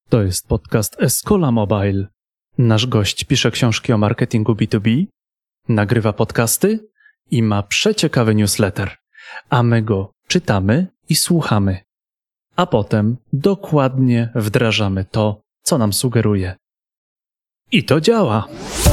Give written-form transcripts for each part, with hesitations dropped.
To jest podcast Escola Mobile. Nasz gość pisze książki o marketingu B2B, nagrywa podcasty i ma przeciekawy newsletter, a my go czytamy i słuchamy, a potem dokładnie wdrażamy to, co nam sugeruje. I to działa!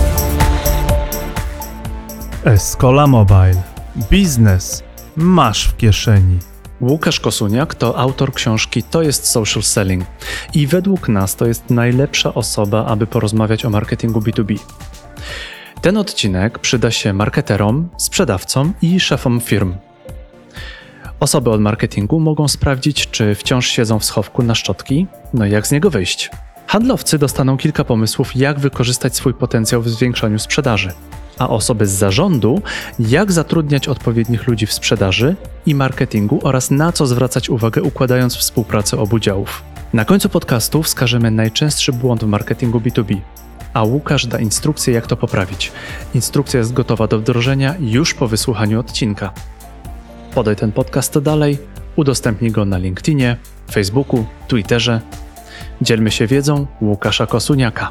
Escola Mobile. Biznes masz w kieszeni. Łukasz Kosuniak to autor książki To jest social selling i według nas to jest najlepsza osoba, aby porozmawiać o marketingu B2B. Ten odcinek przyda się marketerom, sprzedawcom i szefom firm. Osoby od marketingu mogą sprawdzić, czy wciąż siedzą w schowku na szczotki, no i jak z niego wyjść. Handlowcy dostaną kilka pomysłów, jak wykorzystać swój potencjał w zwiększaniu sprzedaży. A osoby z zarządu, jak zatrudniać odpowiednich ludzi w sprzedaży i marketingu oraz na co zwracać uwagę, układając współpracę obu działów. Na końcu podcastu wskażemy najczęstszy błąd w marketingu B2B, a Łukasz da instrukcję, jak to poprawić. Instrukcja jest gotowa do wdrożenia już po wysłuchaniu odcinka. Podaj ten podcast dalej, udostępnij go na LinkedInie, Facebooku, Twitterze. Dzielmy się wiedzą Łukasza Kosuniaka.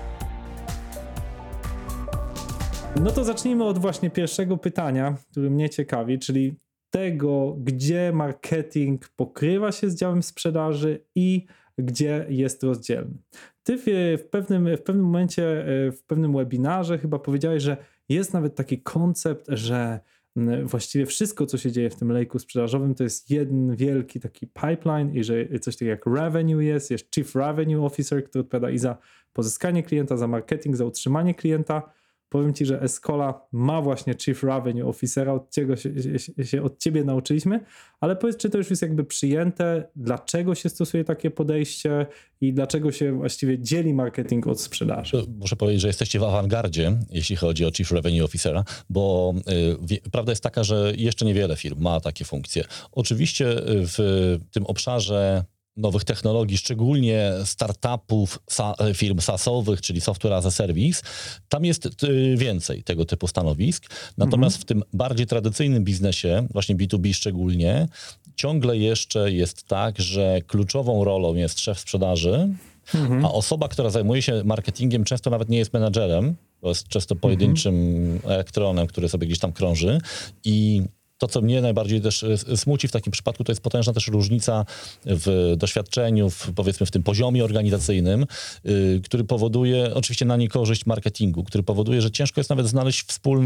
No to zacznijmy od właśnie pierwszego pytania, które mnie ciekawi, czyli tego, gdzie marketing pokrywa się z działem sprzedaży i gdzie jest rozdzielny. Ty w pewnym momencie, w pewnym webinarze chyba powiedziałeś, że jest nawet taki koncept, że właściwie wszystko, co się dzieje w tym lejku sprzedażowym, to jest jeden wielki taki pipeline i że coś takiego jak revenue jest Chief Revenue Officer, który odpowiada i za pozyskanie klienta, za marketing, za utrzymanie klienta. Powiem Ci, że Escola ma właśnie Chief Revenue Officera, od czego się od Ciebie nauczyliśmy, ale powiedz, czy to już jest jakby przyjęte, dlaczego się stosuje takie podejście i dlaczego się właściwie dzieli marketing od sprzedaży? Muszę powiedzieć, że jesteście w awangardzie, jeśli chodzi o Chief Revenue Officera, bo prawda jest taka, że jeszcze niewiele firm ma takie funkcje. Oczywiście w tym obszarze nowych technologii, szczególnie startupów, firm SaaS-owych, czyli Software as a Service, tam jest więcej tego typu stanowisk. Natomiast w tym bardziej tradycyjnym biznesie, właśnie B2B szczególnie, ciągle jeszcze jest tak, że kluczową rolą jest szef sprzedaży, a osoba, która zajmuje się marketingiem, często nawet nie jest menadżerem, to jest często pojedynczym elektronem, który sobie gdzieś tam krąży i to, co mnie najbardziej też smuci w takim przypadku, to jest potężna też różnica w doświadczeniu, powiedzmy w tym poziomie organizacyjnym, który powoduje, oczywiście na niekorzyść marketingu, który powoduje, że ciężko jest nawet znaleźć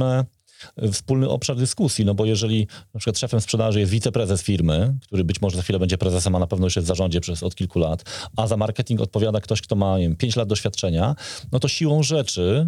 wspólny obszar dyskusji, no bo jeżeli na przykład szefem sprzedaży jest wiceprezes firmy, który być może za chwilę będzie prezesem, a na pewno już jest w zarządzie od kilku lat, a za marketing odpowiada ktoś, kto ma, nie wiem, 5 lat doświadczenia, no to siłą rzeczy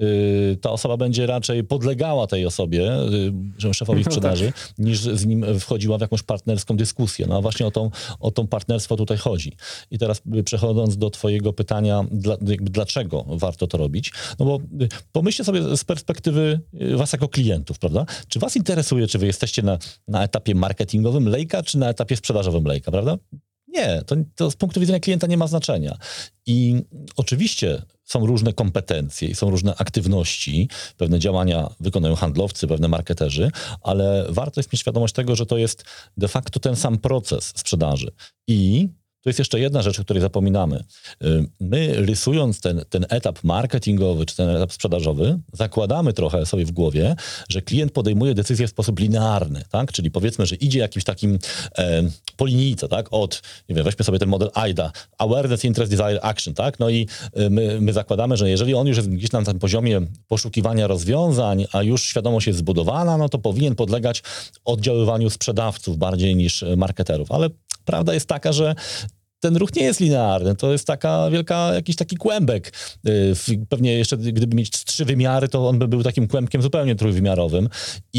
ta osoba będzie raczej podlegała tej osobie, szefowi sprzedaży, niż z nim wchodziła w jakąś partnerską dyskusję. No a właśnie o to partnerstwo tutaj chodzi. I teraz przechodząc do twojego pytania, dlaczego warto to robić? No bo pomyślcie sobie z perspektywy was jako klientów, prawda? Czy was interesuje, czy wy jesteście na etapie marketingowym lejka, czy na etapie sprzedażowym lejka, prawda? Nie, to z punktu widzenia klienta nie ma znaczenia. I oczywiście są różne kompetencje i są różne aktywności, pewne działania wykonują handlowcy, pewne marketerzy, ale warto jest mieć świadomość tego, że to jest de facto ten sam proces sprzedaży. I to jest jeszcze jedna rzecz, o której zapominamy. My rysując ten etap marketingowy czy ten etap sprzedażowy, zakładamy trochę sobie w głowie, że klient podejmuje decyzję w sposób linearny, tak? Czyli powiedzmy, że idzie jakimś takim po linijce, tak? Od, nie wiem, weźmy sobie ten model AIDA, Awareness, Interest, Desire, Action, tak? No i my zakładamy, że jeżeli on już jest gdzieś na tym poziomie poszukiwania rozwiązań, a już świadomość jest zbudowana, no to powinien podlegać oddziaływaniu sprzedawców bardziej niż marketerów. Ale prawda jest taka, że ten ruch nie jest linearny, to jest jakiś taki kłębek. Pewnie jeszcze gdyby mieć 3 wymiary, to on by był takim kłębkiem zupełnie trójwymiarowym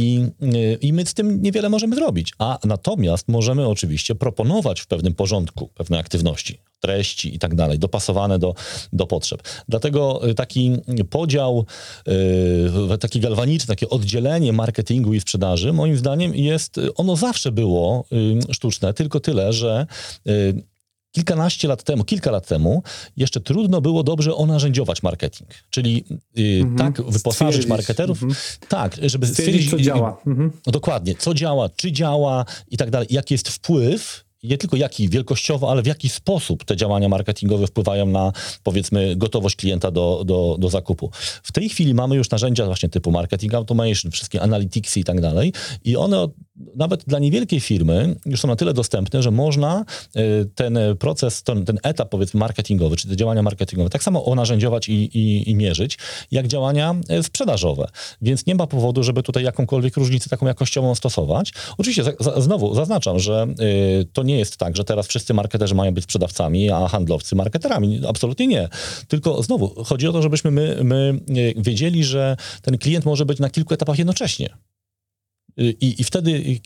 i my z tym niewiele możemy zrobić. A natomiast możemy oczywiście proponować w pewnym porządku pewne aktywności, treści i tak dalej, dopasowane do potrzeb. Dlatego taki podział, taki galwaniczny, takie oddzielenie marketingu i sprzedaży, moim zdaniem ono zawsze było sztuczne, tylko tyle, że kilka lat temu jeszcze trudno było dobrze onarzędziować marketing. Czyli tak wyposażyć marketerów, tak, żeby stwierdzić, co działa. No dokładnie, co działa, czy działa i tak dalej. Jaki jest wpływ nie tylko jaki wielkościowo, ale w jaki sposób te działania marketingowe wpływają na, powiedzmy, gotowość klienta do zakupu. W tej chwili mamy już narzędzia właśnie typu marketing automation, wszystkie analyticsy i tak dalej i one nawet dla niewielkiej firmy już są na tyle dostępne, że można ten proces, ten etap, powiedzmy, marketingowy, czy te działania marketingowe tak samo onarzędziować i mierzyć, jak działania sprzedażowe. Więc nie ma powodu, żeby tutaj jakąkolwiek różnicę taką jakościową stosować. Oczywiście znowu zaznaczam, że to nie jest tak, że teraz wszyscy marketerzy mają być sprzedawcami, a handlowcy marketerami. Absolutnie nie. Tylko znowu chodzi o to, żebyśmy my wiedzieli, że ten klient może być na kilku etapach jednocześnie. I wtedy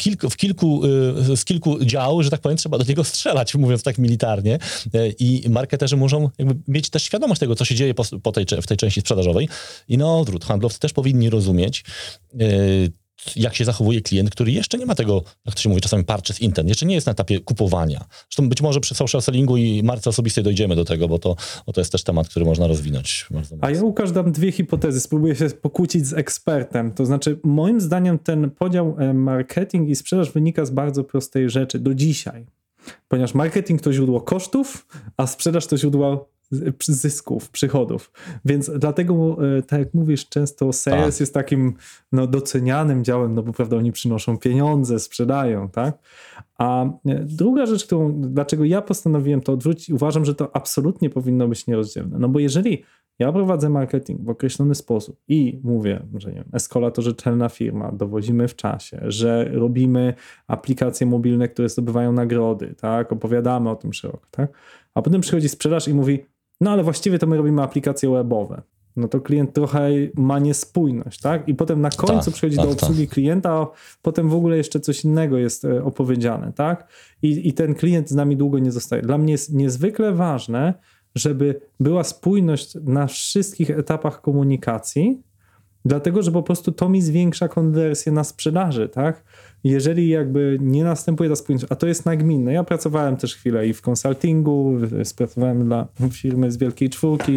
z kilku działów, że tak powiem, trzeba do niego strzelać, mówiąc tak militarnie. I marketerzy muszą jakby mieć też świadomość tego, co się dzieje w tej części sprzedażowej. I na odwrót, handlowcy też powinni rozumieć, jak się zachowuje klient, który jeszcze nie ma tego, jak to się mówi czasami, purchase intent, jeszcze nie jest na etapie kupowania. Zresztą być może przy social sellingu i marce osobistej dojdziemy do tego, bo to jest też temat, który można rozwinąć bardzo mocno. A ja, Łukasz, dam dwie hipotezy. Spróbuję się pokłócić z ekspertem. To znaczy, moim zdaniem ten podział marketing i sprzedaż wynika z bardzo prostej rzeczy do dzisiaj. Ponieważ marketing to źródło kosztów, a sprzedaż to źródło zysków, przychodów. Więc dlatego, tak jak mówisz, często sales jest takim docenianym działem, bo prawda, oni przynoszą pieniądze, sprzedają, tak? A druga rzecz, dlaczego ja postanowiłem to odwrócić, uważam, że to absolutnie powinno być nierozdzielne. Bo jeżeli ja prowadzę marketing w określony sposób i mówię, że nie wiem, Escola to rzetelna firma, dowozimy w czasie, że robimy aplikacje mobilne, które zdobywają nagrody, tak? Opowiadamy o tym szeroko, tak? A potem przychodzi sprzedaż i mówi, ale właściwie to my robimy aplikacje webowe. To klient trochę ma niespójność, tak? I potem na końcu przychodzi do obsługi klienta, a potem w ogóle jeszcze coś innego jest opowiedziane, tak? I ten klient z nami długo nie zostaje. Dla mnie jest niezwykle ważne, żeby była spójność na wszystkich etapach komunikacji, dlatego, że po prostu to mi zwiększa konwersję na sprzedaży, tak? Jeżeli jakby nie następuje ta spójność, a to jest nagminne. Ja pracowałem też chwilę i w konsultingu, pracowałem dla firmy z Wielkiej Czwórki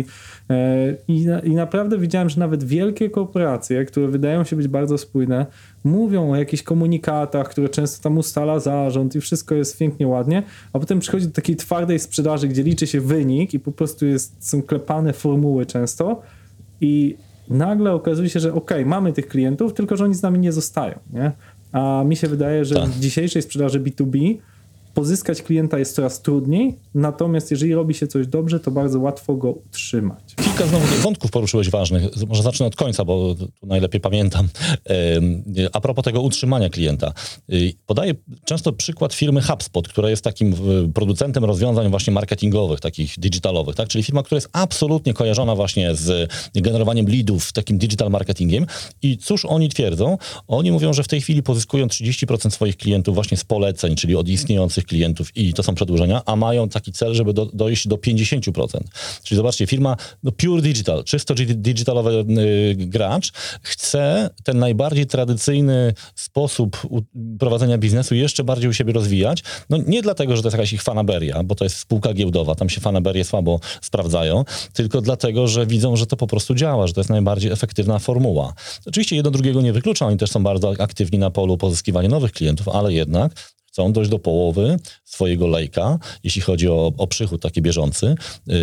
i naprawdę widziałem, że nawet wielkie korporacje, które wydają się być bardzo spójne, mówią o jakichś komunikatach, które często tam ustala zarząd i wszystko jest pięknie, ładnie, a potem przychodzi do takiej twardej sprzedaży, gdzie liczy się wynik i po prostu są klepane formuły często i nagle okazuje się, że mamy tych klientów, tylko że oni z nami nie zostają, nie? A mi się wydaje, że w dzisiejszej sprzedaży B2B pozyskać klienta jest coraz trudniej, natomiast jeżeli robi się coś dobrze, to bardzo łatwo go utrzymać. Kilka znowu wątków poruszyłeś ważnych. Może zacznę od końca, bo tu najlepiej pamiętam. A propos tego utrzymania klienta. Podaję często przykład firmy HubSpot, która jest takim producentem rozwiązań właśnie marketingowych, takich digitalowych, tak? Czyli firma, która jest absolutnie kojarzona właśnie z generowaniem leadów, takim digital marketingiem. I cóż oni twierdzą? Oni mówią, że w tej chwili pozyskują 30% swoich klientów właśnie z poleceń, czyli od istniejących klientów i to są przedłużenia, a mają taki cel, żeby dojść do 50%. Czyli zobaczcie, firma pure digital, czysto digitalowy gracz chce ten najbardziej tradycyjny sposób prowadzenia biznesu jeszcze bardziej u siebie rozwijać. Nie dlatego, że to jest jakaś ich fanaberia, bo to jest spółka giełdowa, tam się fanaberie słabo sprawdzają, tylko dlatego, że widzą, że to po prostu działa, że to jest najbardziej efektywna formuła. Oczywiście jedno drugiego nie wyklucza, oni też są bardzo aktywni na polu pozyskiwania nowych klientów, ale jednak chcą dojść do połowy swojego lejka, jeśli chodzi o przychód taki bieżący,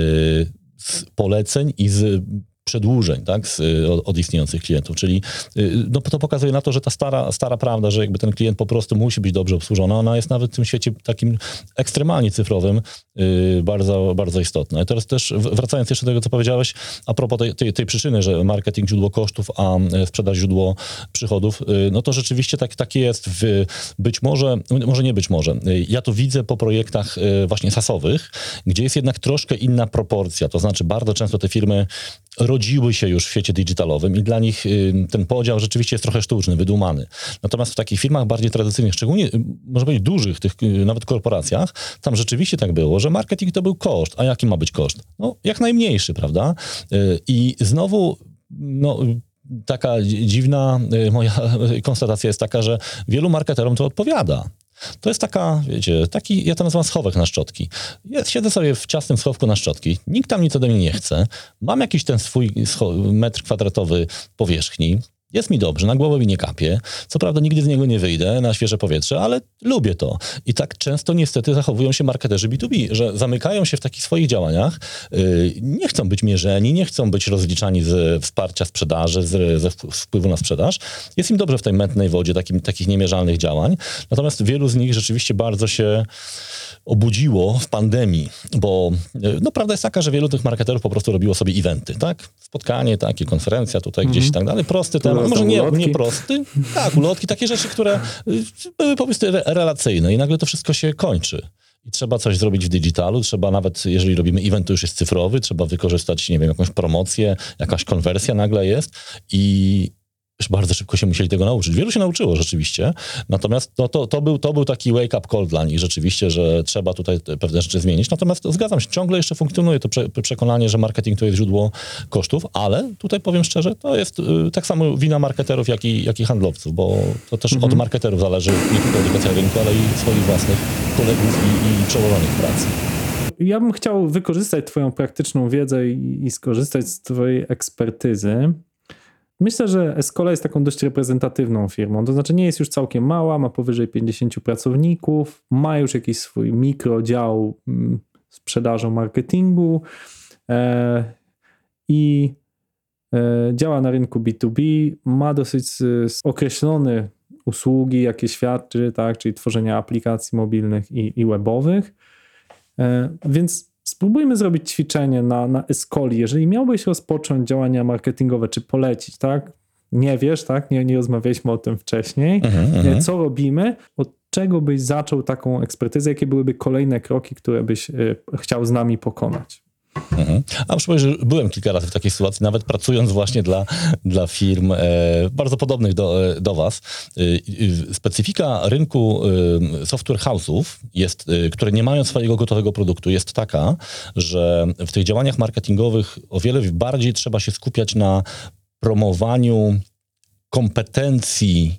z poleceń i z przedłużeń, tak, od istniejących klientów. Czyli to pokazuje na to, że ta stara prawda, że jakby ten klient po prostu musi być dobrze obsłużony, ona jest nawet w tym świecie takim ekstremalnie cyfrowym bardzo, bardzo istotna. I teraz też wracając jeszcze do tego, co powiedziałeś, a propos tej przyczyny, że marketing źródło kosztów, a sprzedaż źródło przychodów, to rzeczywiście tak jest. Ja to widzę po projektach właśnie SaaS-owych, gdzie jest jednak troszkę inna proporcja, to znaczy bardzo często te firmy rodziły się już w świecie digitalowym i dla nich ten podział rzeczywiście jest trochę sztuczny, wydumany. Natomiast w takich firmach bardziej tradycyjnych, szczególnie, można powiedzieć, dużych, tych nawet korporacjach, tam rzeczywiście tak było, że marketing to był koszt. A jaki ma być koszt? Jak najmniejszy, prawda? I znowu, taka dziwna moja konstatacja jest taka, że wielu marketerom to odpowiada. To jest taka, wiecie, ja to nazywam schowek na szczotki. Ja siedzę sobie w ciasnym schowku na szczotki, nikt tam nic ode mnie nie chce, mam jakiś ten swój metr kwadratowy powierzchni, Jest mi dobrze, na głowę mi nie kapie. Co prawda nigdy z niego nie wyjdę na świeże powietrze, ale lubię to. I tak często niestety zachowują się marketerzy B2B, że zamykają się w takich swoich działaniach, nie chcą być mierzeni, nie chcą być rozliczani ze wsparcia sprzedaży, ze wpływu na sprzedaż. Jest im dobrze w tej mętnej wodzie takich niemierzalnych działań. Natomiast wielu z nich rzeczywiście bardzo się obudziło w pandemii, bo prawda jest taka, że wielu tych marketerów po prostu robiło sobie eventy, tak? Spotkanie takie, konferencja tutaj gdzieś i tak dalej. Prosty temat, może nie prosty. Tak, ulotki, takie rzeczy, które były po prostu relacyjne i nagle to wszystko się kończy. I trzeba coś zrobić w digitalu, trzeba nawet, jeżeli robimy event, to już jest cyfrowy, trzeba wykorzystać, nie wiem, jakąś promocję, jakaś konwersja nagle jest i już bardzo szybko się musieli tego nauczyć. Wielu się nauczyło rzeczywiście, natomiast to był taki wake-up call dla nich rzeczywiście, że trzeba tutaj pewne rzeczy zmienić. Natomiast zgadzam się, ciągle jeszcze funkcjonuje to przekonanie, że marketing to jest źródło kosztów, ale tutaj powiem szczerze, to jest tak samo wina marketerów, jak i handlowców, bo to też od marketerów zależy nie tylko edukacja rynku, ale i swoich własnych kolegów i przełożonych w pracy. Ja bym chciał wykorzystać twoją praktyczną wiedzę i skorzystać z twojej ekspertyzy. Myślę, że Escola jest taką dość reprezentatywną firmą, to znaczy nie jest już całkiem mała, ma powyżej 50 pracowników, ma już jakiś swój mikrodział sprzedażą, marketingu i działa na rynku B2B, ma dosyć określone usługi, jakie świadczy, tak, czyli tworzenia aplikacji mobilnych i webowych, więc spróbujmy zrobić ćwiczenie na Escoli. Jeżeli miałbyś rozpocząć działania marketingowe, czy polecić, tak? Nie wiesz, tak? Nie rozmawialiśmy o tym wcześniej. Co robimy? Od czego byś zaczął taką ekspertyzę? Jakie byłyby kolejne kroki, które byś chciał z nami pokonać? A muszę powiedzieć, że byłem kilka razy w takiej sytuacji, nawet pracując właśnie dla firm bardzo podobnych do was. Specyfika rynku software house'ów, które nie mają swojego gotowego produktu, jest taka, że w tych działaniach marketingowych o wiele bardziej trzeba się skupiać na promowaniu kompetencji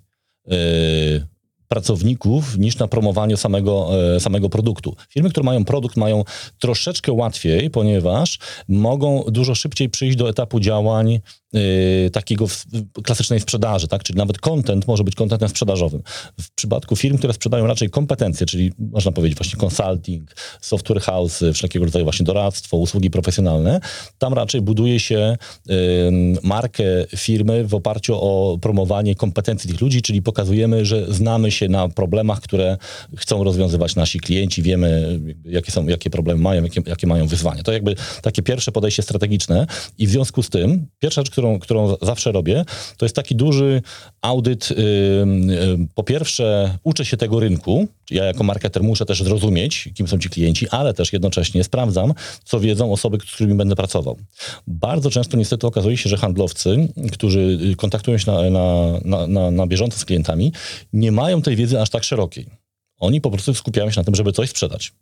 pracowników niż na promowaniu samego produktu. Firmy, które mają produkt, mają troszeczkę łatwiej, ponieważ mogą dużo szybciej przyjść do etapu działań takiego klasycznej sprzedaży, tak? Czyli nawet content może być contentem sprzedażowym. W przypadku firm, które sprzedają raczej kompetencje, czyli można powiedzieć właśnie consulting, software house, wszelkiego rodzaju właśnie doradztwo, usługi profesjonalne, tam raczej buduje się markę firmy w oparciu o promowanie kompetencji tych ludzi, czyli pokazujemy, że znamy się na problemach, które chcą rozwiązywać nasi klienci, wiemy jakie problemy mają, jakie mają wyzwania. To jakby takie pierwsze podejście strategiczne i w związku z tym pierwsza rzecz, którą zawsze robię, to jest taki duży audyt. Po pierwsze, uczę się tego rynku. Ja jako marketer muszę też zrozumieć, kim są ci klienci, ale też jednocześnie sprawdzam, co wiedzą osoby, z którymi będę pracował. Bardzo często niestety okazuje się, że handlowcy, którzy kontaktują się na bieżąco z klientami, nie mają tej wiedzy aż tak szerokiej. Oni po prostu skupiają się na tym, żeby coś sprzedać.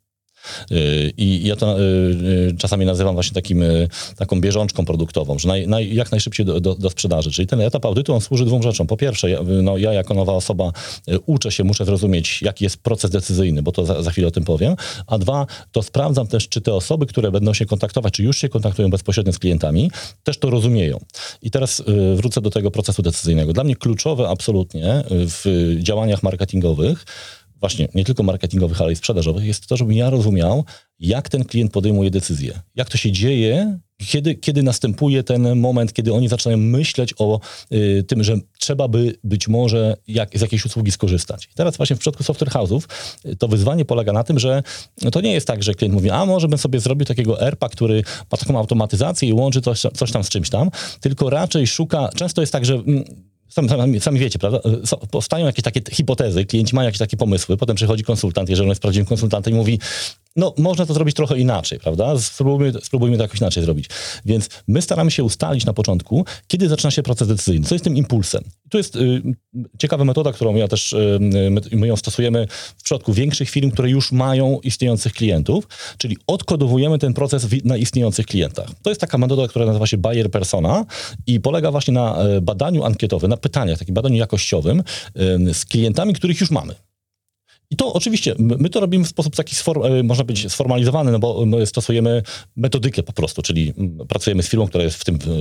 I ja to czasami nazywam właśnie taką bieżączką produktową, że jak najszybciej do sprzedaży. Czyli ten etap audytu, on służy dwóm rzeczom. Po pierwsze, ja jako nowa osoba uczę się, muszę zrozumieć, jaki jest proces decyzyjny, bo to za chwilę o tym powiem. A dwa, to sprawdzam też, czy te osoby, które będą się kontaktować, czy już się kontaktują bezpośrednio z klientami, też to rozumieją. I teraz wrócę do tego procesu decyzyjnego. Dla mnie kluczowe absolutnie w działaniach marketingowych, właśnie nie tylko marketingowych, ale i sprzedażowych, jest to, żebym ja rozumiał, jak ten klient podejmuje decyzję. Jak to się dzieje, kiedy następuje ten moment, kiedy oni zaczynają myśleć o tym, że trzeba by być może z jakiejś usługi skorzystać. I teraz właśnie w przypadku software house'ów to wyzwanie polega na tym, że to nie jest tak, że klient mówi, a może bym sobie zrobił takiego ERP-a, który ma taką automatyzację i łączy coś tam z czymś tam, tylko raczej szuka, często jest tak, że Sami wiecie, prawda? Powstają jakieś takie hipotezy, klienci mają jakieś takie pomysły, potem przychodzi konsultant, jeżeli on jest prawdziwym konsultantem i mówi, no można to zrobić trochę inaczej, prawda? Spróbujmy to jakoś inaczej zrobić. Więc my staramy się ustalić na początku, kiedy zaczyna się proces decyzyjny, co jest tym impulsem. I tu jest ciekawa metoda, którą ja też, my ją stosujemy w przypadku większych firm, które już mają istniejących klientów, czyli odkodowujemy ten proces na istniejących klientach. To jest taka metoda, która nazywa się buyer persona i polega właśnie na badaniu ankietowym, na pytaniach, takim badaniu jakościowym z klientami, których już mamy. I to oczywiście, my to robimy w sposób taki, można powiedzieć, sformalizowany, no bo my stosujemy metodykę po prostu, czyli pracujemy z firmą, która jest w tym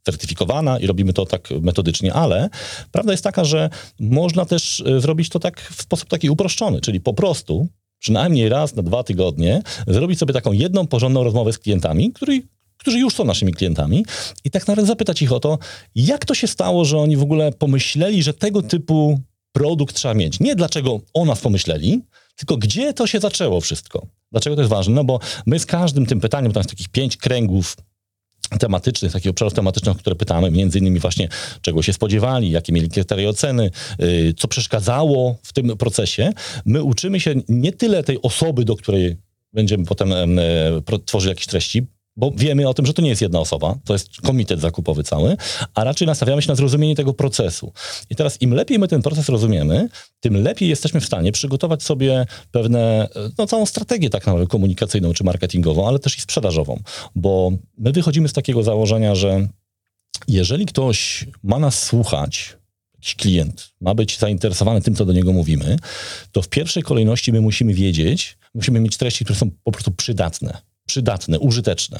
certyfikowana i robimy to tak metodycznie, ale prawda jest taka, że można też zrobić to tak w sposób taki uproszczony, czyli po prostu przynajmniej raz na 2 tygodnie zrobić sobie taką jedną porządną rozmowę z klientami, którzy już są naszymi klientami i tak naprawdę zapytać ich o to, jak to się stało, że oni w ogóle pomyśleli, że tego typu produkt trzeba mieć. Nie dlaczego o nas pomyśleli, tylko gdzie to się zaczęło wszystko. Dlaczego to jest ważne? No bo my z każdym tym pytaniem, tam jest takich 5 kręgów tematycznych, takich obszarów tematycznych, o które pytamy, między innymi właśnie czego się spodziewali, jakie mieli kryteria oceny, co przeszkadzało w tym procesie. My uczymy się nie tyle tej osoby, do której będziemy potem tworzyli jakieś treści, bo wiemy o tym, że to nie jest jedna osoba, to jest komitet zakupowy cały, a raczej nastawiamy się na zrozumienie tego procesu. I teraz im lepiej my ten proces rozumiemy, tym lepiej jesteśmy w stanie przygotować sobie pewne, całą strategię tak naprawdę komunikacyjną czy marketingową, ale też i sprzedażową, bo my wychodzimy z takiego założenia, że jeżeli ktoś ma nas słuchać, jakiś klient ma być zainteresowany tym, co do niego mówimy, to w pierwszej kolejności my musimy wiedzieć, musimy mieć treści, które są po prostu przydatne, użyteczne.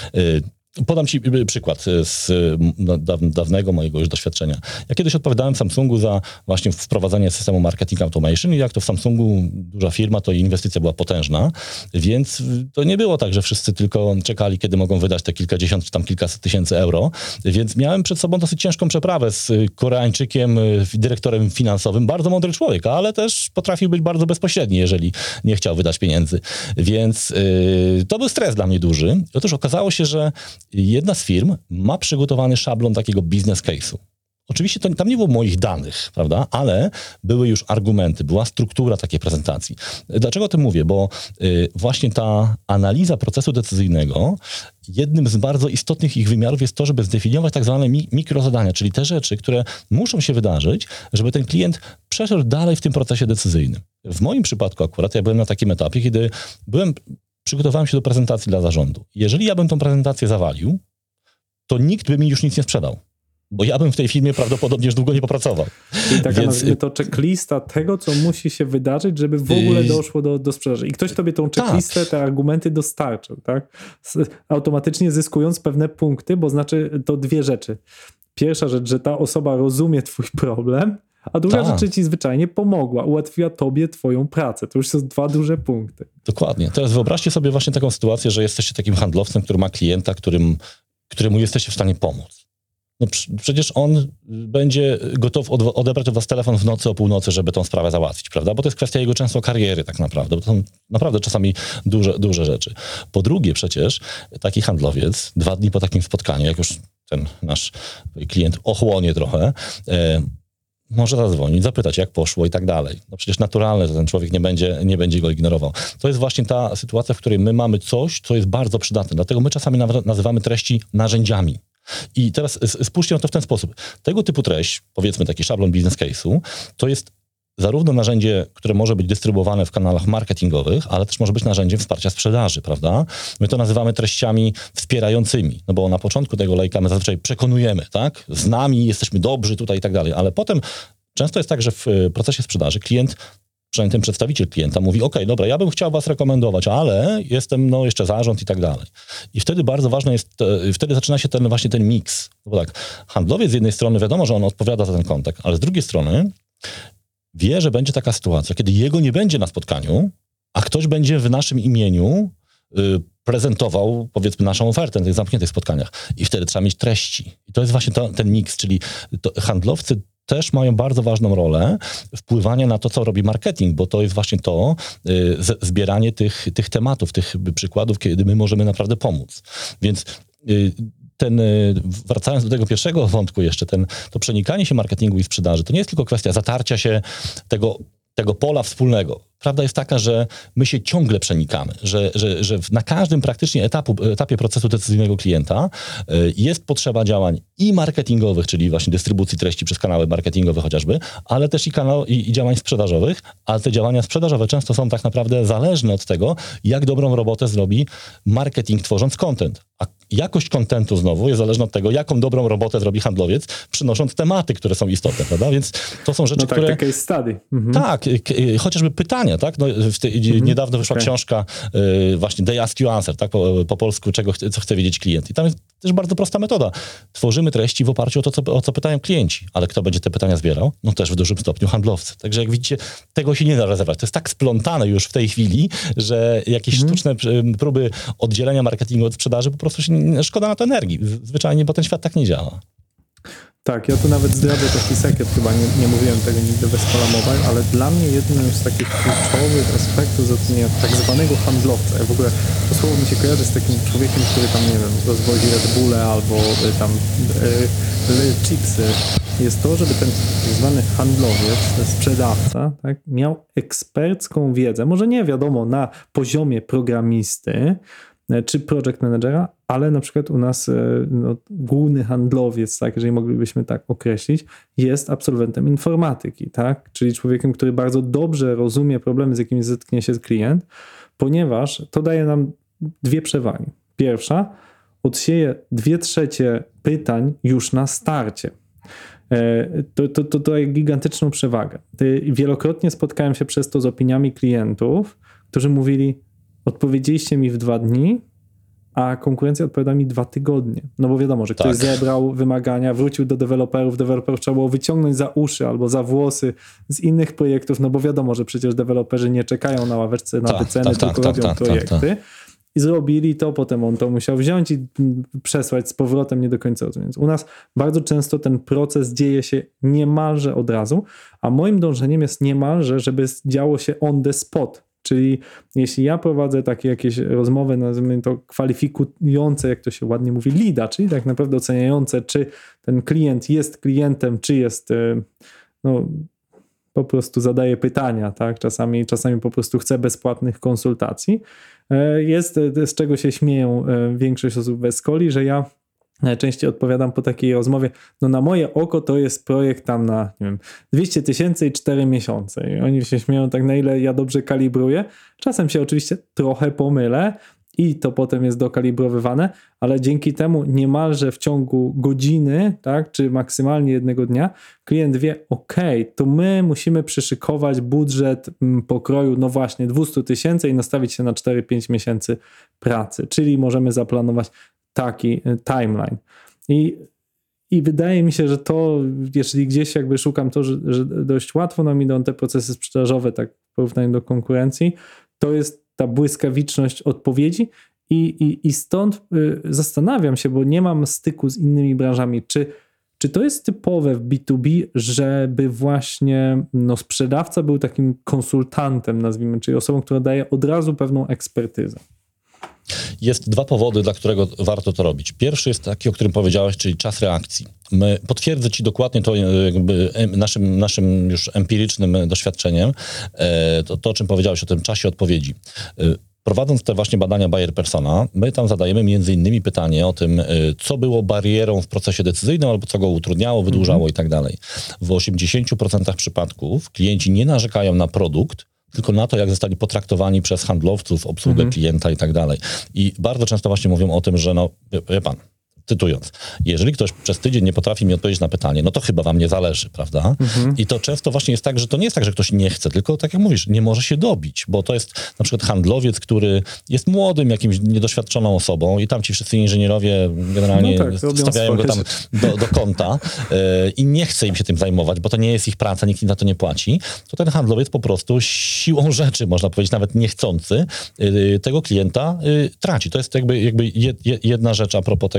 Podam ci przykład z dawnego mojego już doświadczenia. Ja kiedyś odpowiadałem w Samsungu za właśnie wprowadzanie systemu marketing automation i jak to w Samsungu duża firma, to inwestycja była potężna, więc to nie było tak, że wszyscy tylko czekali, kiedy mogą wydać te kilkadziesiąt czy tam kilkaset tysięcy euro, więc miałem przed sobą dosyć ciężką przeprawę z Koreańczykiem, dyrektorem finansowym, bardzo mądry człowiek, ale też potrafił być bardzo bezpośredni, jeżeli nie chciał wydać pieniędzy. Więc to był stres dla mnie duży. Otóż okazało się, że jedna z firm ma przygotowany szablon takiego business case'u. Oczywiście tam nie było moich danych, prawda, ale były już argumenty, była struktura takiej prezentacji. Dlaczego o tym mówię? Bo właśnie ta analiza procesu decyzyjnego, jednym z bardzo istotnych ich wymiarów jest to, żeby zdefiniować tak zwane mikrozadania, czyli te rzeczy, które muszą się wydarzyć, żeby ten klient przeszedł dalej w tym procesie decyzyjnym. W moim przypadku akurat ja byłem na takim etapie, kiedy przygotowałem się do prezentacji dla zarządu. Jeżeli ja bym tą prezentację zawalił, to nikt by mi już nic nie sprzedał. Bo ja bym w tej firmie prawdopodobnie już długo nie popracował. Czyli taka nazwijmy to checklista tego, co musi się wydarzyć, żeby w ogóle doszło do sprzedaży. I ktoś tobie tą checklistę, te argumenty dostarczył, tak? Automatycznie zyskując pewne punkty, bo znaczy to 2 rzeczy. Pierwsza rzecz, że ta osoba rozumie twój problem, a druga rzecz, że ci zwyczajnie pomogła, ułatwiła tobie twoją pracę. To już są 2 duże punkty. Dokładnie. Teraz wyobraźcie sobie właśnie taką sytuację, że jesteście takim handlowcem, który ma klienta, któremu jesteście w stanie pomóc. No przecież on będzie gotów odebrać od was telefon w nocy o północy, żeby tą sprawę załatwić, prawda? Bo to jest kwestia jego często kariery tak naprawdę, bo to są naprawdę czasami duże rzeczy. Po drugie przecież taki handlowiec 2 dni po takim spotkaniu, jak już ten nasz klient ochłonie trochę, może zadzwonić, zapytać, jak poszło i tak dalej. No przecież naturalne, że ten człowiek nie będzie go ignorował. To jest właśnie ta sytuacja, w której my mamy coś, co jest bardzo przydatne. Dlatego my czasami nazywamy treści narzędziami. I teraz spójrzcie na to w ten sposób. Tego typu treść, powiedzmy taki szablon business case'u, to jest zarówno narzędzie, które może być dystrybuowane w kanałach marketingowych, ale też może być narzędziem wsparcia sprzedaży, prawda? My to nazywamy treściami wspierającymi, no bo na początku tego lejka my zazwyczaj przekonujemy, tak? Z nami jesteśmy dobrzy tutaj i tak dalej, ale potem często jest tak, że w procesie sprzedaży klient, przynajmniej ten przedstawiciel klienta mówi, okej, dobra, ja bym chciał was rekomendować, ale jestem jeszcze zarząd i tak dalej. I wtedy bardzo ważne jest, wtedy zaczyna się ten miks. Bo tak, handlowiec z jednej strony wiadomo, że on odpowiada za ten kontakt, ale z drugiej strony wie, że będzie taka sytuacja, kiedy jego nie będzie na spotkaniu, a ktoś będzie w naszym imieniu prezentował, powiedzmy, naszą ofertę na tych zamkniętych spotkaniach. I wtedy trzeba mieć treści. I to jest właśnie ten miks, czyli handlowcy też mają bardzo ważną rolę wpływania na to, co robi marketing, bo to jest właśnie to zbieranie tych tematów, tych przykładów, kiedy my możemy naprawdę pomóc. Więc wracając do tego pierwszego wątku jeszcze, to przenikanie się marketingu i sprzedaży, to nie jest tylko kwestia zatarcia się tego pola wspólnego. Prawda jest taka, że my się ciągle przenikamy, że na każdym praktycznie etapie procesu decyzyjnego klienta jest potrzeba działań i marketingowych, czyli właśnie dystrybucji treści przez kanały marketingowe chociażby, ale też i działań sprzedażowych, ale te działania sprzedażowe często są tak naprawdę zależne od tego, jak dobrą robotę zrobi marketing tworząc content. A jakość contentu znowu jest zależna od tego, jaką dobrą robotę zrobi handlowiec, przynosząc tematy, które są istotne, prawda? Więc to są rzeczy, które... case study. Tak, chociażby pytania, tak? No, niedawno wyszła książka właśnie They Ask You Answer, tak? Po polsku, co chce wiedzieć klient. I tam jest też bardzo prosta metoda. Tworzymy treści w oparciu o co pytają klienci, ale kto będzie te pytania zbierał? No też w dużym stopniu handlowcy. Także jak widzicie, tego się nie da rozerwać. To jest tak splątane już w tej chwili, że jakieś sztuczne próby oddzielenia marketingu od sprzedaży, po prostu szkoda na to energii. Zwyczajnie, bo ten świat tak nie działa. Tak, ja tu nawet zdradzę taki sekret, chyba nie mówiłem tego nigdy w Escola Mobile, ale dla mnie jednym z takich kluczowych aspektów zatrudnienia tak zwanego handlowca, ja w ogóle to słowo mi się kojarzy z takim człowiekiem, który tam, nie wiem, rozwozi Red Bulle albo tam chipsy, jest to, żeby ten tak zwany handlowiec, sprzedawca, tak, miał ekspercką wiedzę, może nie wiadomo na poziomie programisty, czy project managera, ale na przykład u nas główny handlowiec, tak, jeżeli moglibyśmy tak określić, jest absolwentem informatyki, tak, czyli człowiekiem, który bardzo dobrze rozumie problemy, z jakimi zetknie się klient, ponieważ to daje nam dwie przewagi. Pierwsza, odsieje 2/3 pytań już na starcie. To daje gigantyczną przewagę. Wielokrotnie spotkałem się przez to z opiniami klientów, którzy mówili: odpowiedzieliście mi w 2 dni, a konkurencja odpowiada mi 2 tygodnie. No bo wiadomo, że ktoś zebrał wymagania, wrócił do deweloperów trzeba było wyciągnąć za uszy albo za włosy z innych projektów, no bo wiadomo, że przecież deweloperzy nie czekają na ławeczce na wyceny, tylko robią projekty. I zrobili to, potem on to musiał wziąć i przesłać z powrotem, nie do końca rozumiem. U nas bardzo często ten proces dzieje się niemalże od razu, a moim dążeniem jest niemalże, żeby działo się on the spot. Czyli jeśli ja prowadzę takie jakieś rozmowy, nazwijmy to kwalifikujące, jak to się ładnie mówi, leada, czyli tak naprawdę oceniające, czy ten klient jest klientem, czy jest, no po prostu zadaje pytania, tak? Czasami po prostu chce bezpłatnych konsultacji. Jest, z czego się śmieją większość osób w Escoli, że ja najczęściej odpowiadam po takiej rozmowie, no na moje oko to jest projekt tam na, nie wiem, 200 000 i 4 miesiące. I oni się śmieją tak, na ile ja dobrze kalibruję. Czasem się oczywiście trochę pomylę i to potem jest dokalibrowywane, ale dzięki temu niemalże w ciągu godziny, tak, czy maksymalnie jednego dnia, klient wie, to my musimy przyszykować budżet pokroju, no właśnie 200 000 i nastawić się na 4-5 miesięcy pracy, czyli możemy zaplanować taki timeline. I wydaje mi się, że to, jeżeli gdzieś jakby szukam to, że dość łatwo nam idą te procesy sprzedażowe, tak w porównaniu do konkurencji, to jest ta błyskawiczność odpowiedzi i stąd zastanawiam się, bo nie mam styku z innymi branżami, czy to jest typowe w B2B, żeby właśnie sprzedawca był takim konsultantem, nazwijmy, czyli osobą, która daje od razu pewną ekspertyzę. Jest 2 powody, dla którego warto to robić. Pierwszy jest taki, o którym powiedziałeś, czyli czas reakcji. Potwierdzę ci dokładnie to jakby naszym już empirycznym doświadczeniem, to o czym powiedziałeś, o tym czasie odpowiedzi. Prowadząc te właśnie badania buyer persona, my tam zadajemy między innymi pytanie o tym, co było barierą w procesie decyzyjnym albo co go utrudniało, wydłużało i tak dalej. W 80% przypadków klienci nie narzekają na produkt, tylko na to, jak zostali potraktowani przez handlowców, obsługę klienta i tak dalej. I bardzo często właśnie mówią o tym, że wie pan, cytując, jeżeli ktoś przez tydzień nie potrafi mi odpowiedzieć na pytanie, no to chyba wam nie zależy, prawda? I to często właśnie jest tak, że to nie jest tak, że ktoś nie chce, tylko tak jak mówisz, nie może się dobić, bo to jest na przykład handlowiec, który jest młodym, jakimś niedoświadczoną osobą i tam ci wszyscy inżynierowie generalnie stawiają go tam do kąta i nie chce im się tym zajmować, bo to nie jest ich praca, nikt im na to nie płaci, to ten handlowiec po prostu siłą rzeczy, można powiedzieć nawet niechcący, tego klienta traci. To jest jakby jedna rzecz a propos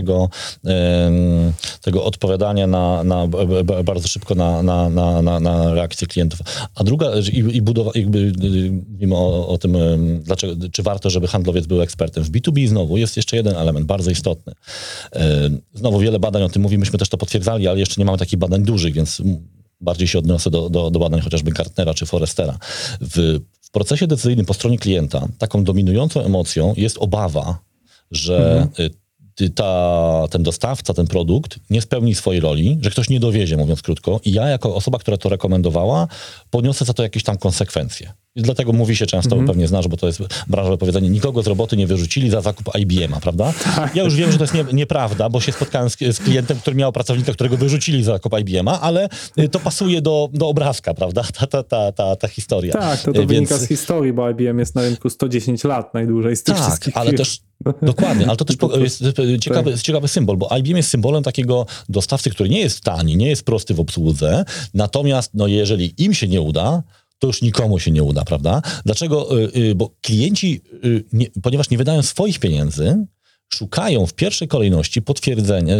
tego odpowiadania bardzo szybko na reakcję klientów. A druga i budowa, jakby mówimy o tym, dlaczego, czy warto, żeby handlowiec był ekspertem. W B2B znowu jest jeszcze jeden element bardzo istotny. Znowu wiele badań o tym mówi, myśmy też to potwierdzali, ale jeszcze nie mamy takich badań dużych, więc bardziej się odniosę do badań chociażby Gartnera czy Forrestera. W procesie decyzyjnym po stronie klienta taką dominującą emocją jest obawa, że ten dostawca, ten produkt nie spełni swojej roli, że ktoś nie dowiezie, mówiąc krótko, i ja jako osoba, która to rekomendowała, poniosę za to jakieś tam konsekwencje. I dlatego mówi się często, bo pewnie znasz, bo to jest branżowe powiedzenie, nikogo z roboty nie wyrzucili za zakup IBM-a, prawda? Tak. Ja już wiem, że to jest nieprawda, bo się spotkałem z klientem, który miał pracownika, którego wyrzucili za zakup IBM-a, ale to pasuje do obrazka, prawda? Ta historia. Tak, to wynika z historii, bo IBM jest na rynku 110 lat najdłużej z tych wszystkich ale firm. też dokładnie, ale to też jest ciekawy symbol, bo IBM jest symbolem takiego dostawcy, który nie jest tani, nie jest prosty w obsłudze, natomiast no, jeżeli im się nie uda, to już nikomu się nie uda, prawda? Dlaczego? Bo klienci, ponieważ nie wydają swoich pieniędzy, szukają w pierwszej kolejności potwierdzenia,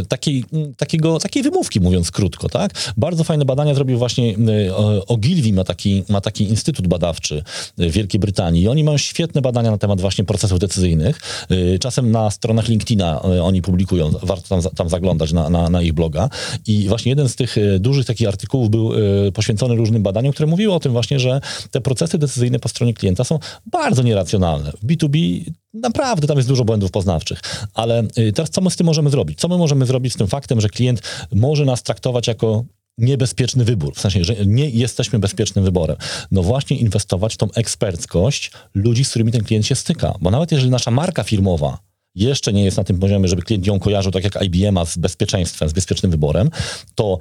takiej wymówki, mówiąc krótko, tak? Bardzo fajne badania zrobił właśnie Ogilvy, ma taki instytut badawczy w Wielkiej Brytanii i oni mają świetne badania na temat właśnie procesów decyzyjnych. Czasem na stronach LinkedIna oni publikują, warto tam zaglądać na ich bloga. I właśnie jeden z tych dużych takich artykułów był poświęcony różnym badaniom, które mówiły o tym właśnie, że te procesy decyzyjne po stronie klienta są bardzo nieracjonalne. W B2B naprawdę tam jest dużo błędów poznawczych. Ale teraz co my z tym możemy zrobić? Co my możemy zrobić z tym faktem, że klient może nas traktować jako niebezpieczny wybór? W sensie, że nie jesteśmy bezpiecznym wyborem. No właśnie inwestować w tą eksperckość ludzi, z którymi ten klient się styka. Bo nawet jeżeli nasza marka firmowa jeszcze nie jest na tym poziomie, żeby klient ją kojarzył tak jak IBM z bezpieczeństwem, z bezpiecznym wyborem, to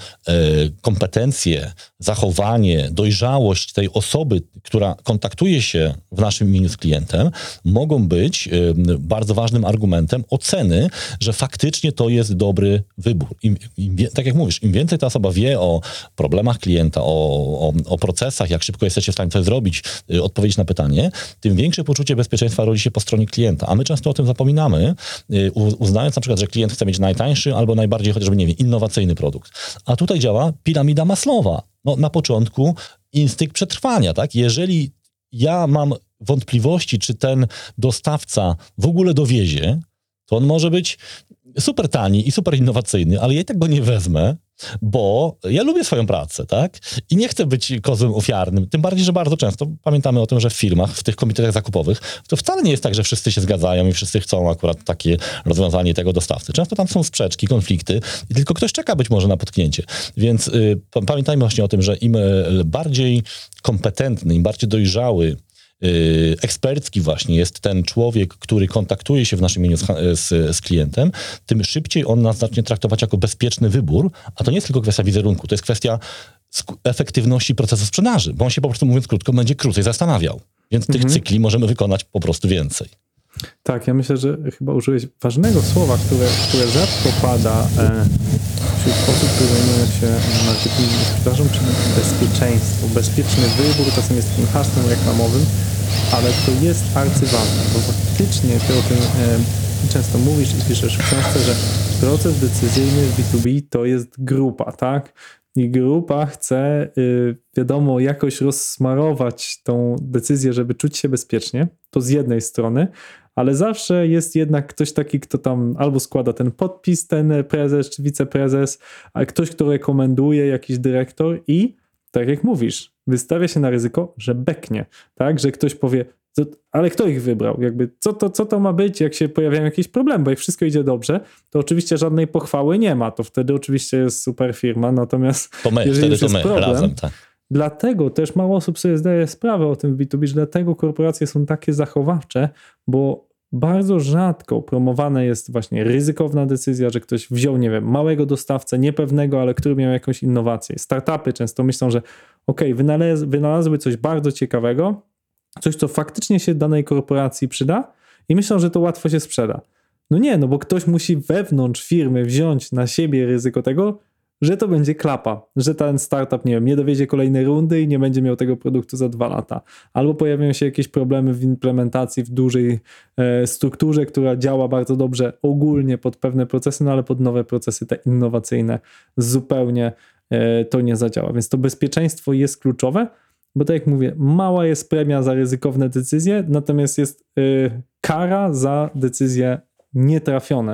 kompetencje, zachowanie, dojrzałość tej osoby, która kontaktuje się w naszym imieniu z klientem, mogą być bardzo ważnym argumentem oceny, że faktycznie to jest dobry wybór. Tak jak mówisz, im więcej ta osoba wie o problemach klienta, o procesach, jak szybko jesteście w stanie coś zrobić, odpowiedzieć na pytanie, tym większe poczucie bezpieczeństwa rodzi się po stronie klienta. A my często o tym zapominamy, uznając na przykład, że klient chce mieć najtańszy albo najbardziej chociażby, nie wiem, innowacyjny produkt. A tutaj działa piramida Maslowa. No, na początku instynkt przetrwania, tak? Jeżeli ja mam wątpliwości, czy ten dostawca w ogóle dowiezie, to on może być super tani i super innowacyjny, ale ja i tak go nie wezmę, bo ja lubię swoją pracę, tak? I nie chcę być kozłem ofiarnym. Tym bardziej, że bardzo często pamiętamy o tym, że w firmach, w tych komitetach zakupowych, to wcale nie jest tak, że wszyscy się zgadzają i wszyscy chcą akurat takie rozwiązanie tego dostawcy. Często tam są sprzeczki, konflikty i tylko ktoś czeka być może na potknięcie. Więc pamiętajmy właśnie o tym, że im bardziej kompetentny, im bardziej dojrzały, ekspercki właśnie jest ten człowiek, który kontaktuje się w naszym imieniu z klientem, tym szybciej on nas zacznie traktować jako bezpieczny wybór, a to nie jest tylko kwestia wizerunku, to jest kwestia efektywności procesu sprzedaży, bo on się po prostu, mówiąc krótko, będzie krócej zastanawiał. Więc tych cykli możemy wykonać po prostu więcej. Tak, ja myślę, że chyba użyłeś ważnego słowa, które rzadko pada wśród osób, które zajmują się marketingiem i sprzedażą, czyli bezpieczeństwo. Bezpieczny wybór czasem jest takim hasłem reklamowym, ale to jest arcyważne, bo faktycznie ty o tym często mówisz i piszesz w książce, że proces decyzyjny w B2B to jest grupa, tak? I grupa chce, wiadomo, jakoś rozsmarować tą decyzję, żeby czuć się bezpiecznie, to z jednej strony, ale zawsze jest jednak ktoś taki, kto tam albo składa ten podpis, ten prezes czy wiceprezes, a ktoś, kto rekomenduje, jakiś dyrektor i, tak jak mówisz, wystawia się na ryzyko, że beknie, tak, że ktoś powie, ale kto ich wybrał? Jakby co to ma być, jak się pojawiają jakieś problemy, bo jak wszystko idzie dobrze, to oczywiście żadnej pochwały nie ma, to wtedy oczywiście jest super firma, natomiast jeżeli już jest problem, razem, tak. Dlatego też mało osób sobie zdaje sprawę o tym w B2B, że dlatego korporacje są takie zachowawcze, bo bardzo rzadko promowana jest właśnie ryzykowna decyzja, że ktoś wziął, nie wiem, małego dostawcę, niepewnego, ale który miał jakąś innowację. Startupy często myślą, że wynalazły coś bardzo ciekawego, coś, co faktycznie się danej korporacji przyda i myślą, że to łatwo się sprzeda. No nie, no bo ktoś musi wewnątrz firmy wziąć na siebie ryzyko tego, że to będzie klapa, że ten startup, nie wiem, nie dowiedzie kolejnej rundy i nie będzie miał tego produktu za 2 lata. Albo pojawią się jakieś problemy w implementacji w dużej strukturze, która działa bardzo dobrze ogólnie pod pewne procesy, no ale pod nowe procesy te innowacyjne zupełnie to nie zadziała. Więc to bezpieczeństwo jest kluczowe, bo tak jak mówię, mała jest premia za ryzykowne decyzje, natomiast jest kara za decyzje nietrafione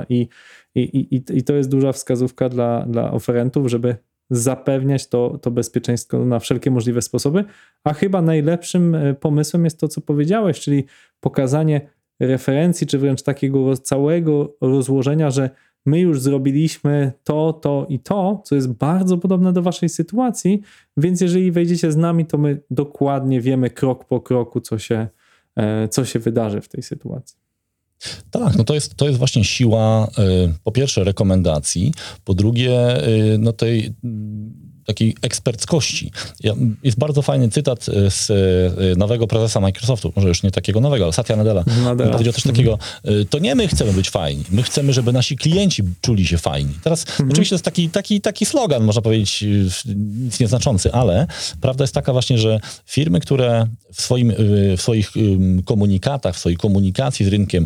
i to jest duża wskazówka dla oferentów, żeby zapewniać to bezpieczeństwo na wszelkie możliwe sposoby, a chyba najlepszym pomysłem jest to, co powiedziałeś, czyli pokazanie referencji, czy wręcz takiego całego rozłożenia, że my już zrobiliśmy to i to, co jest bardzo podobne do waszej sytuacji, więc jeżeli wejdziecie z nami, to my dokładnie wiemy krok po kroku, co się wydarzy w tej sytuacji. Tak, no to jest właśnie siła, po pierwsze rekomendacji, po drugie no tej takiej eksperckości. Jest bardzo fajny cytat z nowego prezesa Microsoftu, może już nie takiego nowego, ale Satya Nadella. Powiedział coś takiego, to nie my chcemy być fajni, my chcemy, żeby nasi klienci czuli się fajni. Teraz oczywiście to jest taki slogan, można powiedzieć, nic nieznaczący, ale prawda jest taka właśnie, że firmy, które w swoich komunikatach, w swojej komunikacji z rynkiem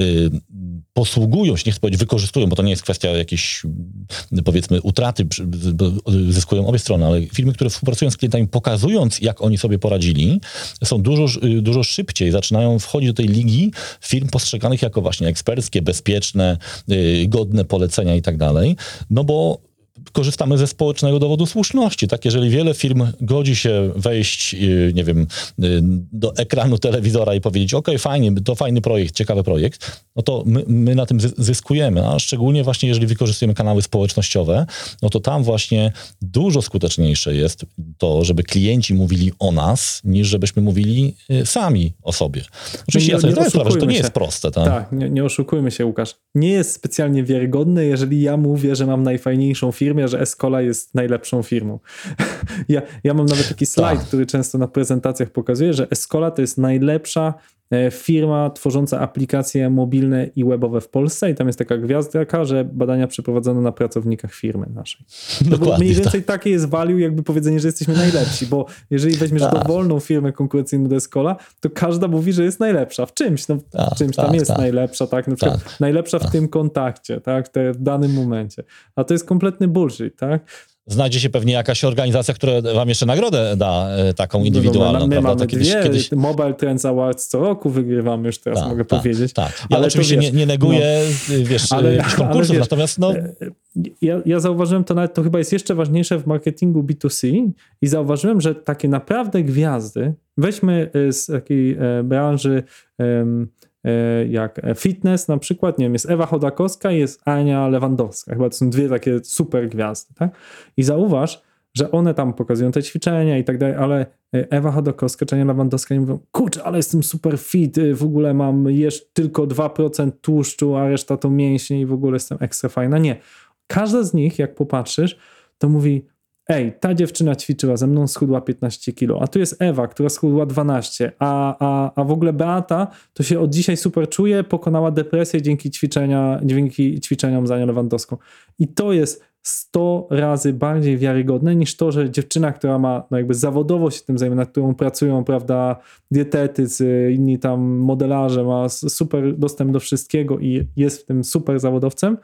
posługują się, nie chcę powiedzieć wykorzystują, bo to nie jest kwestia jakiejś, powiedzmy, utraty, zyskują obie strony, ale firmy, które współpracują z klientami, pokazując, jak oni sobie poradzili, są dużo szybciej, zaczynają wchodzić do tej ligi firm postrzeganych jako właśnie eksperckie, bezpieczne, godne polecenia i tak dalej, no bo korzystamy ze społecznego dowodu słuszności. Tak, jeżeli wiele firm godzi się wejść, nie wiem, do ekranu telewizora i powiedzieć, fajnie, to fajny projekt, ciekawy projekt, no to my na tym zyskujemy, a szczególnie właśnie jeżeli wykorzystujemy kanały społecznościowe, no to tam właśnie dużo skuteczniejsze jest to, żeby klienci mówili o nas, niż żebyśmy mówili sami o sobie. Oczywiście ja sobie zdaję sprawę, że to nie jest proste. Tak, nie oszukujmy się, Łukasz. Nie jest specjalnie wiarygodne, jeżeli ja mówię, że mam najfajniejszą firmę, że Escola jest najlepszą firmą. Ja mam nawet taki slajd, który często na prezentacjach pokazuje, że Escola to jest najlepsza firma tworząca aplikacje mobilne i webowe w Polsce i tam jest taka gwiazdka, że badania przeprowadzono na pracownikach firmy naszej. Bo mniej więcej takie jest value, jakby powiedzenie, że jesteśmy najlepsi, bo jeżeli weźmiesz dowolną firmę konkurencyjną do Escola, to każda mówi, że jest najlepsza w czymś. No, w czymś tam jest najlepsza, tak? Na przykład najlepsza w tym kontakcie, tak? W danym momencie. A to jest kompletny bullshit, tak? Znajdzie się pewnie jakaś organizacja, która wam jeszcze nagrodę da taką indywidualną. My mamy kiedyś Mobile Trends Awards co roku wygrywamy, już teraz mogę powiedzieć. Tak. Ja ale oczywiście nie neguję jakichś konkursów, natomiast Ja zauważyłem to chyba jest jeszcze ważniejsze w marketingu B2C i zauważyłem, że takie naprawdę gwiazdy, weźmy z takiej branży jak fitness na przykład, nie wiem, jest Ewa Chodakowska i jest Ania Lewandowska. Chyba to są dwie takie super gwiazdy, tak? I zauważ, że one tam pokazują te ćwiczenia i tak dalej, ale Ewa Chodakowska czy Ania Lewandowska nie mówią, kurczę, ale jestem super fit, w ogóle mam tylko 2% tłuszczu, a reszta to mięśnie i w ogóle jestem ekstra fajna. Nie. Każda z nich, jak popatrzysz, to mówi, ta dziewczyna ćwiczyła ze mną, schudła 15 kilo, a tu jest Ewa, która schudła 12, a w ogóle Beata to się od dzisiaj super czuje, pokonała depresję dzięki ćwiczeniom z Anią Lewandowską. I to jest 100 razy bardziej wiarygodne niż to, że dziewczyna, która ma jakby zawodowo się tym zajmuje, nad którą pracują, prawda, dietetycy, inni tam modelarze, ma super dostęp do wszystkiego i jest w tym super zawodowcem,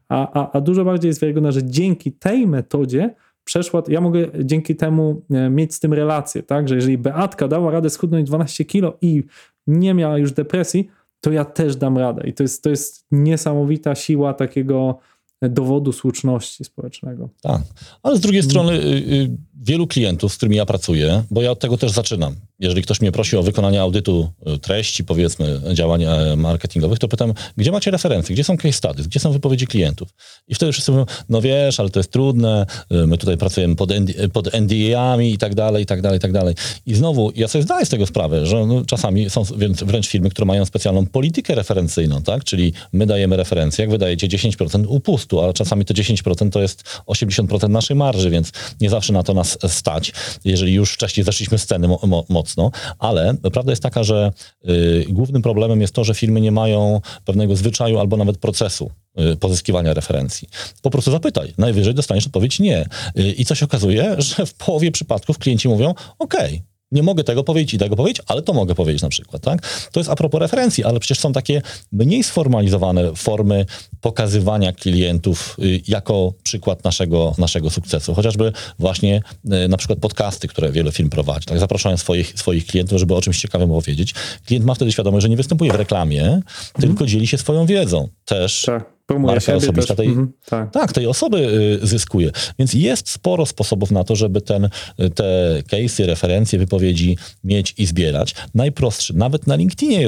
a dużo bardziej jest wiarygodne, że dzięki tej metodzie ja mogę dzięki temu mieć z tym relację, tak, że jeżeli Beatka dała radę schudnąć 12 kilo i nie miała już depresji, to ja też dam radę. I to jest niesamowita siła takiego dowodu słuszności społecznego. Tak, ale z drugiej strony wielu klientów, z którymi ja pracuję, bo ja od tego też zaczynam. Jeżeli ktoś mnie prosi o wykonanie audytu treści, powiedzmy, działań marketingowych, to pytam, gdzie macie referencje, gdzie są case studies, gdzie są wypowiedzi klientów? I wtedy wszyscy mówią, no wiesz, ale to jest trudne, my tutaj pracujemy pod NDA-ami i tak dalej, i tak dalej, i tak dalej. I znowu, ja sobie zdaję z tego sprawę, że czasami są wręcz firmy, które mają specjalną politykę referencyjną, tak? Czyli my dajemy referencje, jak wydajecie 10% upustu, ale czasami to 10% to jest 80% naszej marży, więc nie zawsze na to nas stać, jeżeli już wcześniej zeszliśmy z sceny mocno, ale prawda jest taka, że głównym problemem jest to, że firmy nie mają pewnego zwyczaju albo nawet procesu pozyskiwania referencji. Po prostu zapytaj, najwyżej dostaniesz odpowiedź nie. I co się okazuje, że w połowie przypadków klienci mówią, nie mogę tego powiedzieć i tego powiedzieć, ale to mogę powiedzieć na przykład, tak? To jest a propos referencji, ale przecież są takie mniej sformalizowane formy pokazywania klientów jako przykład naszego sukcesu. Chociażby właśnie na przykład podcasty, które wiele firm prowadzi, tak? Zapraszają swoich klientów, żeby o czymś ciekawym opowiedzieć. Klient ma wtedy świadomość, że nie występuje w reklamie, tylko dzieli się swoją wiedzą. Też marka osobista tej osoby zyskuje. Więc jest sporo sposobów na to, żeby te case'y, referencje, wypowiedzi mieć i zbierać. Najprostszy, nawet na LinkedInie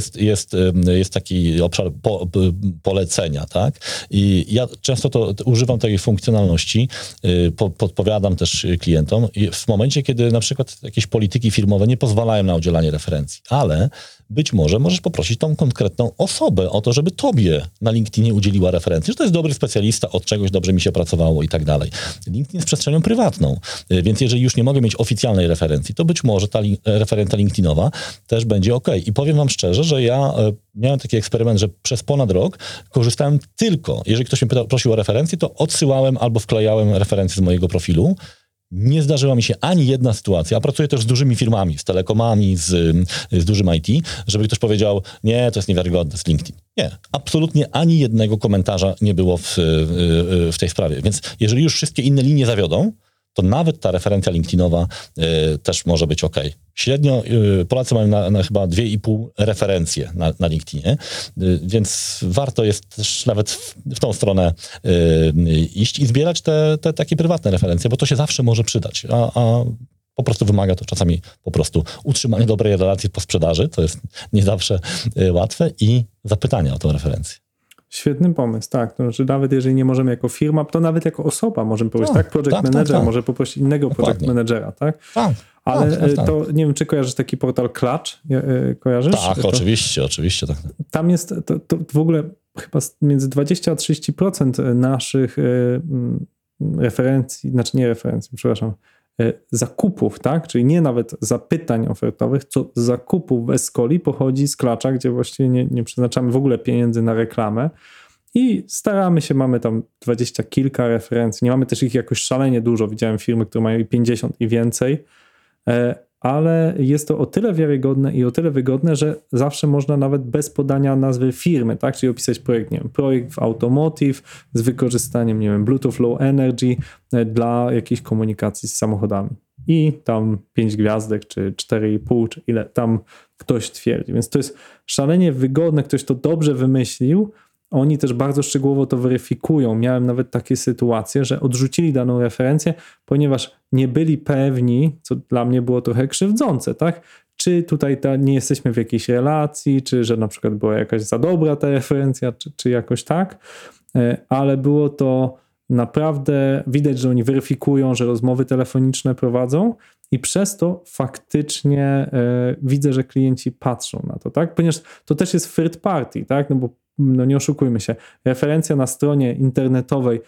jest taki obszar polecenia, tak? I ja często używam tej funkcjonalności, podpowiadam też klientom i w momencie, kiedy na przykład jakieś polityki firmowe nie pozwalają na udzielanie referencji, ale być może możesz poprosić tą konkretną osobę o to, żeby tobie na LinkedInie udzieliła referencji, że to jest dobry specjalista, od czegoś dobrze mi się pracowało i tak dalej. LinkedIn jest przestrzenią prywatną, więc jeżeli już nie mogę mieć oficjalnej referencji, to być może ta referencja LinkedInowa też będzie ok. I powiem wam szczerze, że ja miałem taki eksperyment, że przez ponad rok korzystałem tylko, jeżeli ktoś mnie prosił o referencję, to odsyłałem albo wklejałem referencje z mojego profilu. Nie zdarzyła mi się ani jedna sytuacja, a pracuję też z dużymi firmami, z telekomami, z dużym IT, żeby ktoś powiedział, nie, to jest niewiarygodne, z LinkedIn. Nie, absolutnie ani jednego komentarza nie było w tej sprawie. Więc jeżeli już wszystkie inne linie zawiodą, to nawet ta referencja LinkedInowa też może być ok. Średnio Polacy mają na chyba 2,5 referencje na LinkedInie, więc warto jest też nawet w tą stronę iść i zbierać te takie prywatne referencje, bo to się zawsze może przydać, a po prostu wymaga to czasami po prostu utrzymania dobrej relacji po sprzedaży, to jest nie zawsze łatwe, i zapytania o tę referencję. Świetny pomysł, tak. To znaczy, nawet jeżeli nie możemy jako firma, to nawet jako osoba możemy powiedzieć, tak? Project manager może poprosić innego project managera, tak? Tak. Ale to nie wiem, czy kojarzysz taki portal Clutch? Kojarzysz? Tak, to, oczywiście. Tak. Tam jest to w ogóle chyba między 20 a 30% naszych referencji, znaczy nie referencji, przepraszam, zakupów, tak? Czyli nie nawet zapytań ofertowych, co zakupów w Escoli pochodzi z Clutcha, gdzie właściwie nie przeznaczamy w ogóle pieniędzy na reklamę i staramy się, mamy tam 20 kilka referencji, nie mamy też ich jakoś szalenie dużo, widziałem firmy, które mają i 50 i więcej, ale jest to o tyle wiarygodne i o tyle wygodne, że zawsze można nawet bez podania nazwy firmy, tak? Czyli opisać projekt, nie wiem, projekt w automotive z wykorzystaniem, nie wiem, Bluetooth Low Energy dla jakiejś komunikacji z samochodami. I tam 5 gwiazdek, czy 4,5, czy ile tam ktoś twierdzi. Więc to jest szalenie wygodne, ktoś to dobrze wymyślił. Oni też bardzo szczegółowo to weryfikują. Miałem nawet takie sytuacje, że odrzucili daną referencję, ponieważ nie byli pewni, co dla mnie było trochę krzywdzące, tak? Czy tutaj nie jesteśmy w jakiejś relacji, czy że na przykład była jakaś za dobra ta referencja, czy jakoś tak, ale było to naprawdę, widać, że oni weryfikują, że rozmowy telefoniczne prowadzą i przez to faktycznie widzę, że klienci patrzą na to, tak? Ponieważ to też jest third party, tak? No bo no nie oszukujmy się, referencja na stronie internetowej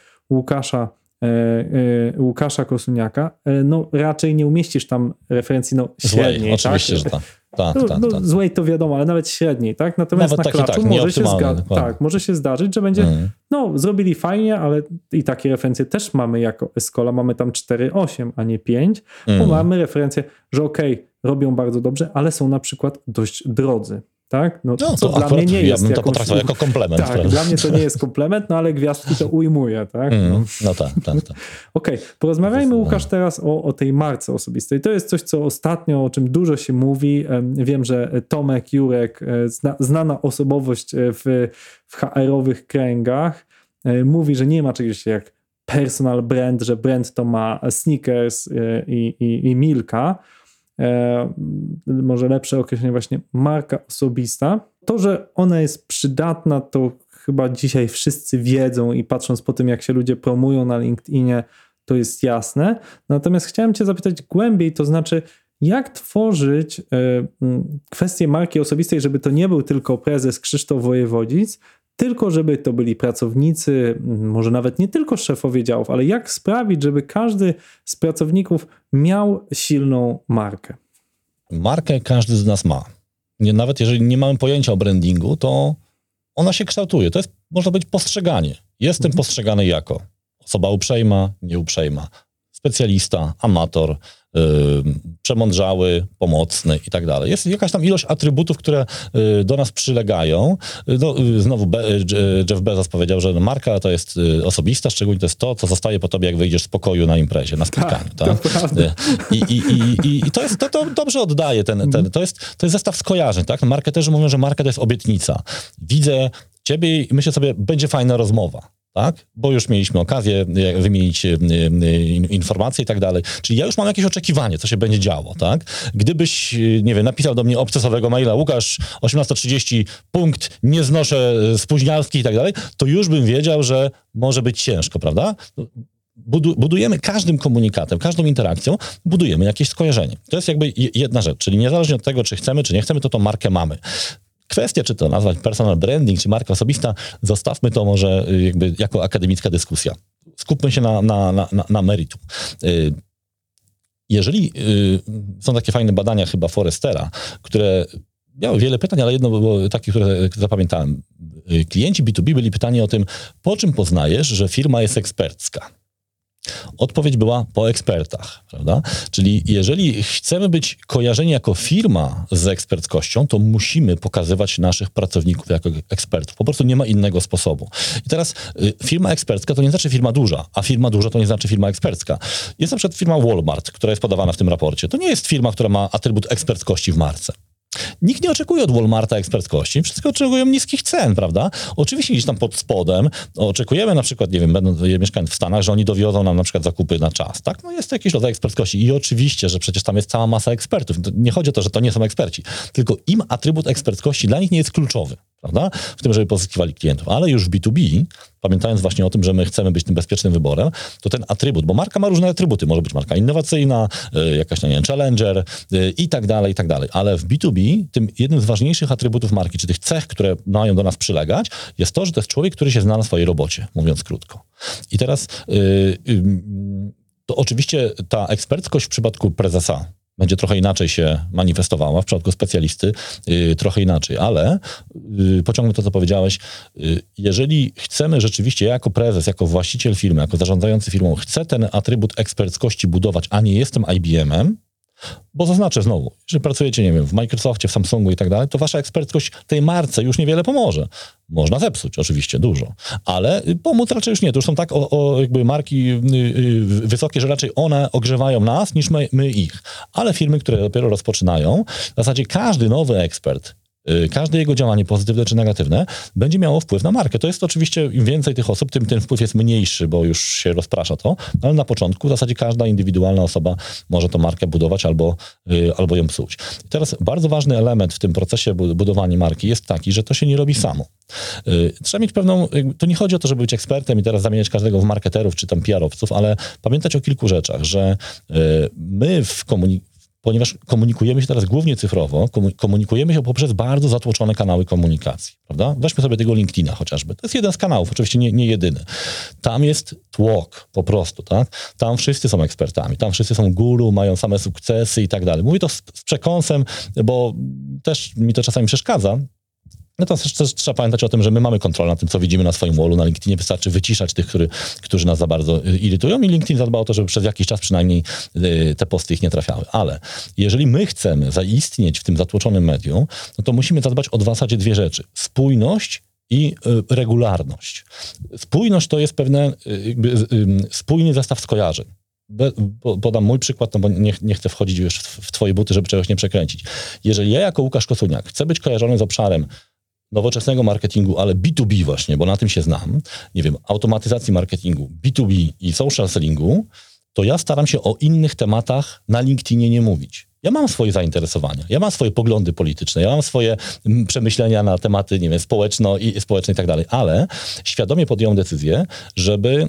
Łukasza Kosuniaka, no raczej nie umieścisz tam referencji średniej. Złej, oczywiście, tak? że tak. Tak. Złej to wiadomo, ale nawet średniej, tak? Natomiast nawet na Clutchu może się zdarzyć, że będzie, zrobili fajnie, ale i takie referencje też mamy jako Escola, mamy tam 4,8, a nie 5, bo mamy referencję, że robią bardzo dobrze, ale są na przykład dość drodzy. Tak? No, to dla mnie nie jest. Ja bym to potraktował jako komplement. Tak, dla mnie to nie jest komplement, no ale gwiazdki to ujmuje. Tak? No tak. Okej, porozmawiajmy, Łukasz, teraz o tej marce osobistej. To jest coś, co ostatnio, o czym dużo się mówi. Wiem, że Tomek Jurek, znana osobowość w HR-owych kręgach, mówi, że nie ma czegoś jak personal brand, że brand to ma Snickers i Milka. Może lepsze określenie właśnie marka osobista. To, że ona jest przydatna, to chyba dzisiaj wszyscy wiedzą i patrząc po tym, jak się ludzie promują na LinkedInie, to jest jasne. Natomiast chciałem cię zapytać głębiej, to znaczy jak tworzyć kwestię marki osobistej, żeby to nie był tylko prezes Krzysztof Wojewodzic, tylko żeby to byli pracownicy, może nawet nie tylko szefowie działów, ale jak sprawić, żeby każdy z pracowników miał silną markę? Markę każdy z nas ma. Nawet jeżeli nie mamy pojęcia o brandingu, to ona się kształtuje. To jest, można być, postrzeganie. Jestem postrzegany jako osoba uprzejma, nieuprzejma, specjalista, amator, przemądrzały, pomocny i tak dalej. Jest jakaś tam ilość atrybutów, które do nas przylegają. No, znowu Jeff Bezos powiedział, że marka to jest osobista, szczególnie to jest to, co zostaje po tobie, jak wyjdziesz z pokoju na imprezie, na spotkaniu. Tak? I to dobrze oddaje. To jest zestaw skojarzeń. Tak? Marketerzy mówią, że marka to jest obietnica. Widzę ciebie i myślę sobie, będzie fajna rozmowa. Tak? Bo już mieliśmy okazję wymienić informacje i tak dalej. Czyli ja już mam jakieś oczekiwanie, co się będzie działo, tak? Gdybyś, nie wiem, napisał do mnie obcesowego maila, Łukasz, 18:30, punkt, nie znoszę spóźnialskich i tak dalej, to już bym wiedział, że może być ciężko, prawda? budujemy każdym komunikatem, każdą interakcją, budujemy jakieś skojarzenie. To jest jakby jedna rzecz, czyli niezależnie od tego, czy chcemy, czy nie chcemy, to tą markę mamy. Kwestia, czy to nazwać personal branding, czy marka osobista, zostawmy to może jakby jako akademicka dyskusja. Skupmy się na meritum. Jeżeli są takie fajne badania chyba Forrestera, które miały wiele pytań, ale jedno było takie, które zapamiętałem. Klienci B2B byli pytani o tym, po czym poznajesz, że firma jest ekspercka? Odpowiedź była po ekspertach, prawda? Czyli jeżeli chcemy być kojarzeni jako firma z eksperckością, to musimy pokazywać naszych pracowników jako ekspertów. Po prostu nie ma innego sposobu. I teraz firma ekspercka to nie znaczy firma duża, a firma duża to nie znaczy firma ekspercka. Jest na przykład firma Walmart, która jest podawana w tym raporcie. To nie jest firma, która ma atrybut eksperckości w marce. Nikt nie oczekuje od Walmarta eksperckości, wszyscy oczekują niskich cen, prawda? Oczywiście gdzieś tam pod spodem oczekujemy na przykład, nie wiem, mieszkając w Stanach, że oni dowiozą nam na przykład zakupy na czas, tak? No jest to jakiś rodzaj eksperckości i oczywiście, że przecież tam jest cała masa ekspertów. Nie chodzi o to, że to nie są eksperci, tylko im atrybut eksperckości dla nich nie jest kluczowy, prawda? W tym, żeby pozyskiwali klientów, ale już w B2B, pamiętając właśnie o tym, że my chcemy być tym bezpiecznym wyborem, to ten atrybut, bo marka ma różne atrybuty, może być marka innowacyjna, jakaś, nie wiem, challenger i tak dalej, ale w B2B tym jednym z ważniejszych atrybutów marki, czy tych cech, które mają do nas przylegać, jest to, że to jest człowiek, który się zna na swojej robocie, mówiąc krótko. I teraz to oczywiście ta eksperckość w przypadku prezesa będzie trochę inaczej się manifestowała, w przypadku specjalisty trochę inaczej, ale pociągnę to, co powiedziałeś, jeżeli chcemy rzeczywiście, ja jako prezes, jako właściciel firmy, jako zarządzający firmą, chcę ten atrybut eksperckości budować, a nie jestem IBM-em, bo zaznaczę znowu, jeżeli pracujecie, nie wiem, w Microsoftie, w Samsungu i tak dalej, to wasza ekspertkość tej marce już niewiele pomoże. Można zepsuć oczywiście dużo, ale pomóc raczej już nie. To już są tak jakby marki wysokie, że raczej one ogrzewają nas niż my ich. Ale firmy, które dopiero rozpoczynają, w zasadzie każdy nowy ekspert, każde jego działanie pozytywne czy negatywne będzie miało wpływ na markę. To jest oczywiście, im więcej tych osób, tym ten wpływ jest mniejszy, bo już się rozprasza to, ale na początku w zasadzie każda indywidualna osoba może tą markę budować albo ją psuć. I teraz bardzo ważny element w tym procesie budowania marki jest taki, że to się nie robi samo. Trzeba mieć pewną, to nie chodzi o to, żeby być ekspertem i teraz zamieniać każdego w marketerów czy tam PR-owców, ale pamiętać o kilku rzeczach, że my ponieważ komunikujemy się teraz głównie cyfrowo, komunikujemy się poprzez bardzo zatłoczone kanały komunikacji, prawda? Weźmy sobie tego LinkedIna chociażby. To jest jeden z kanałów, oczywiście nie jedyny. Tam jest tłok po prostu, tak? Tam wszyscy są ekspertami, tam wszyscy są guru, mają same sukcesy i tak dalej. Mówię to z przekąsem, bo też mi to czasami przeszkadza. No to też trzeba pamiętać o tym, że my mamy kontrolę nad tym, co widzimy na swoim wallu. Na LinkedInie wystarczy wyciszać tych, którzy nas za bardzo irytują i LinkedIn zadba o to, żeby przez jakiś czas przynajmniej te posty ich nie trafiały. Ale jeżeli my chcemy zaistnieć w tym zatłoczonym medium, no to musimy zadbać o w zasadzie dwie rzeczy. Spójność i regularność. Spójność to jest pewne spójny zestaw skojarzeń. Podam mój przykład, no bo nie chcę wchodzić już w twoje buty, żeby czegoś nie przekręcić. Jeżeli ja jako Łukasz Kosuniak chcę być kojarzony z obszarem nowoczesnego marketingu, ale B2B właśnie, bo na tym się znam, nie wiem, automatyzacji marketingu, B2B i social sellingu, to ja staram się o innych tematach na LinkedInie nie mówić. Ja mam swoje zainteresowania, ja mam swoje poglądy polityczne, ja mam swoje przemyślenia na tematy, nie wiem, społeczne i tak dalej, ale świadomie podjąłem decyzję, żeby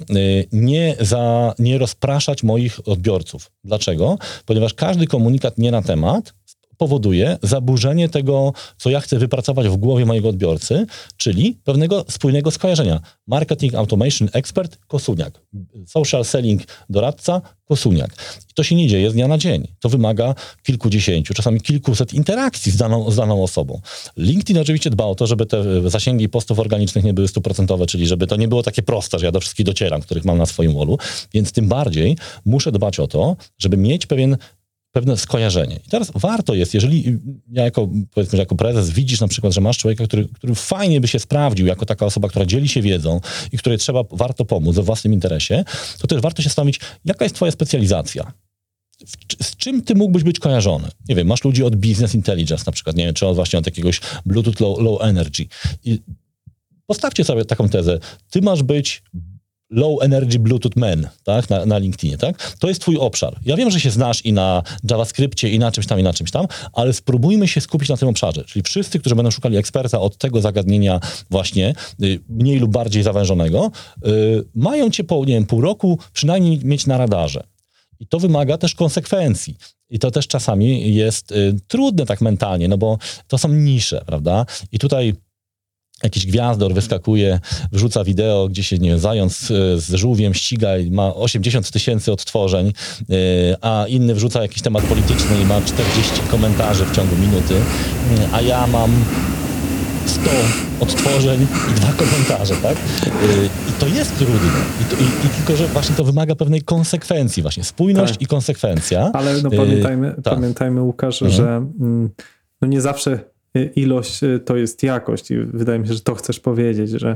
nie rozpraszać moich odbiorców. Dlaczego? Ponieważ każdy komunikat nie na temat powoduje zaburzenie tego, co ja chcę wypracować w głowie mojego odbiorcy, czyli pewnego spójnego skojarzenia. Marketing Automation Expert, Kosuniak. Social Selling doradca, Kosuniak. I to się nie dzieje z dnia na dzień. To wymaga kilkudziesięciu, czasami kilkuset interakcji z daną osobą. LinkedIn oczywiście dba o to, żeby te zasięgi postów organicznych nie były 100%, czyli żeby to nie było takie proste, że ja do wszystkich docieram, których mam na swoim wallu, więc tym bardziej muszę dbać o to, żeby mieć pewne skojarzenie. I teraz warto jest, jeżeli powiedzmy, że jako prezes widzisz na przykład, że masz człowieka, który fajnie by się sprawdził jako taka osoba, która dzieli się wiedzą i której warto pomóc we własnym interesie, to też warto się zastanowić, jaka jest twoja specjalizacja. Z czym ty mógłbyś być kojarzony? Nie wiem, masz ludzi od business intelligence na przykład, nie wiem, czy właśnie od jakiegoś Bluetooth low energy. I postawcie sobie taką tezę. Ty masz być Low Energy Bluetooth Man, tak, na LinkedInie, tak? To jest twój obszar. Ja wiem, że się znasz i na JavaScriptie, i na czymś tam, ale spróbujmy się skupić na tym obszarze. Czyli wszyscy, którzy będą szukali eksperta od tego zagadnienia właśnie mniej lub bardziej zawężonego, mają cię po, nie wiem, pół roku przynajmniej mieć na radarze. I to wymaga też konsekwencji. I to też czasami jest trudne tak mentalnie, no bo to są nisze, prawda? I tutaj jakiś gwiazdor wyskakuje, wrzuca wideo, gdzie się, nie wiem, zając z żółwiem ściga i ma 80 000 odtworzeń, a inny wrzuca jakiś temat polityczny i ma 40 komentarzy w ciągu minuty, a ja mam 100 odtworzeń i 2 komentarze, tak? I to jest trudne. I tylko, że właśnie to wymaga pewnej konsekwencji właśnie. Spójność i konsekwencja. Ale no pamiętajmy, Łukasz, że no nie zawsze ilość to jest jakość i wydaje mi się, że to chcesz powiedzieć, że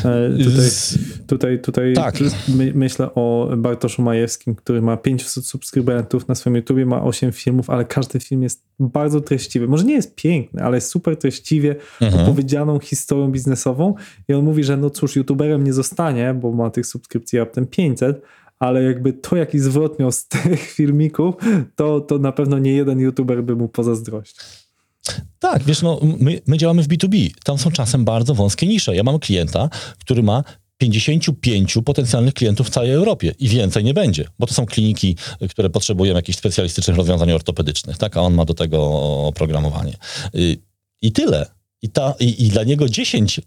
tutaj tak. Myślę o Bartoszu Majewskim, który ma 500 subskrybentów na swoim YouTubie, ma 8 filmów, ale każdy film jest bardzo treściwy. Może nie jest piękny, ale jest super treściwie opowiedzianą historią biznesową i on mówi, że no cóż, YouTuberem nie zostanie, bo ma tych subskrypcji raptem 500, ale jakby to, jaki zwrot miał z tych filmików, to na pewno nie jeden YouTuber by mu pozazdrościł. Tak, wiesz, no my działamy w B2B. Tam są czasem bardzo wąskie nisze. Ja mam klienta, który ma 55 potencjalnych klientów w całej Europie i więcej nie będzie, bo to są kliniki, które potrzebują jakichś specjalistycznych rozwiązań ortopedycznych, tak, a on ma do tego oprogramowanie. I tyle. I dla niego 10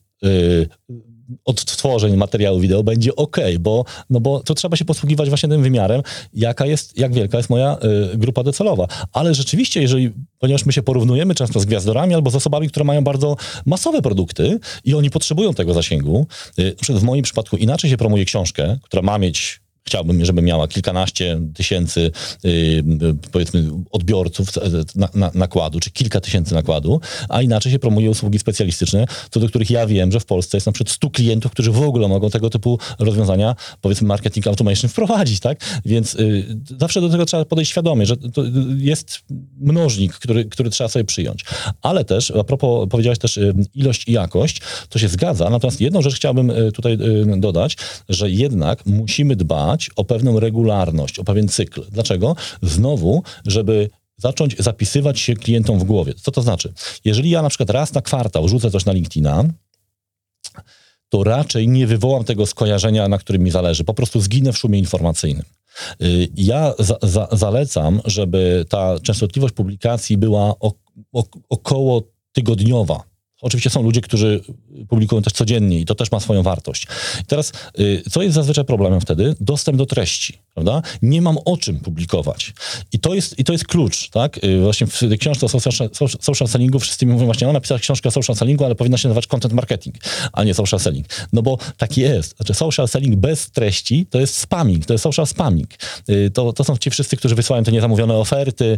odtworzeń materiału wideo będzie bo to trzeba się posługiwać właśnie tym wymiarem, jak wielka jest moja grupa docelowa. Ale rzeczywiście, ponieważ my się porównujemy często z gwiazdorami albo z osobami, które mają bardzo masowe produkty i oni potrzebują tego zasięgu, na przykład w moim przypadku inaczej się promuje książkę, która ma mieć, chciałbym, żeby miała kilkanaście tysięcy, powiedzmy, odbiorców nakładu, czy kilka tysięcy nakładu, a inaczej się promuje usługi specjalistyczne, co do których ja wiem, że w Polsce jest na przykład 100 klientów, którzy w ogóle mogą tego typu rozwiązania, powiedzmy, marketing automation wprowadzić, tak? Więc zawsze do tego trzeba podejść świadomie, że to jest mnożnik, który trzeba sobie przyjąć. Ale też, a propos, powiedziałeś też ilość i jakość, to się zgadza, natomiast jedną rzecz chciałbym tutaj dodać, że jednak musimy dbać o pewną regularność, o pewien cykl. Dlaczego? Znowu, żeby zacząć zapisywać się klientom w głowie. Co to znaczy? Jeżeli ja na przykład raz na kwartał rzucę coś na LinkedIna, to raczej nie wywołam tego skojarzenia, na którym mi zależy. Po prostu zginę w szumie informacyjnym. Ja zalecam, żeby ta częstotliwość publikacji była około tygodniowa. Oczywiście są ludzie, którzy publikują też codziennie i to też ma swoją wartość. I teraz, co jest zazwyczaj problemem wtedy? Dostęp do treści, prawda? Nie mam o czym publikować. I to jest klucz, tak? Właśnie w tej książce o social sellingu wszyscy mi mówią właśnie, napisać książkę o social sellingu, ale powinna się nazywać content marketing, a nie social selling. No bo tak jest. Znaczy social selling bez treści to jest spamming, to jest social spamming. To są ci wszyscy, którzy wysyłają te niezamówione oferty,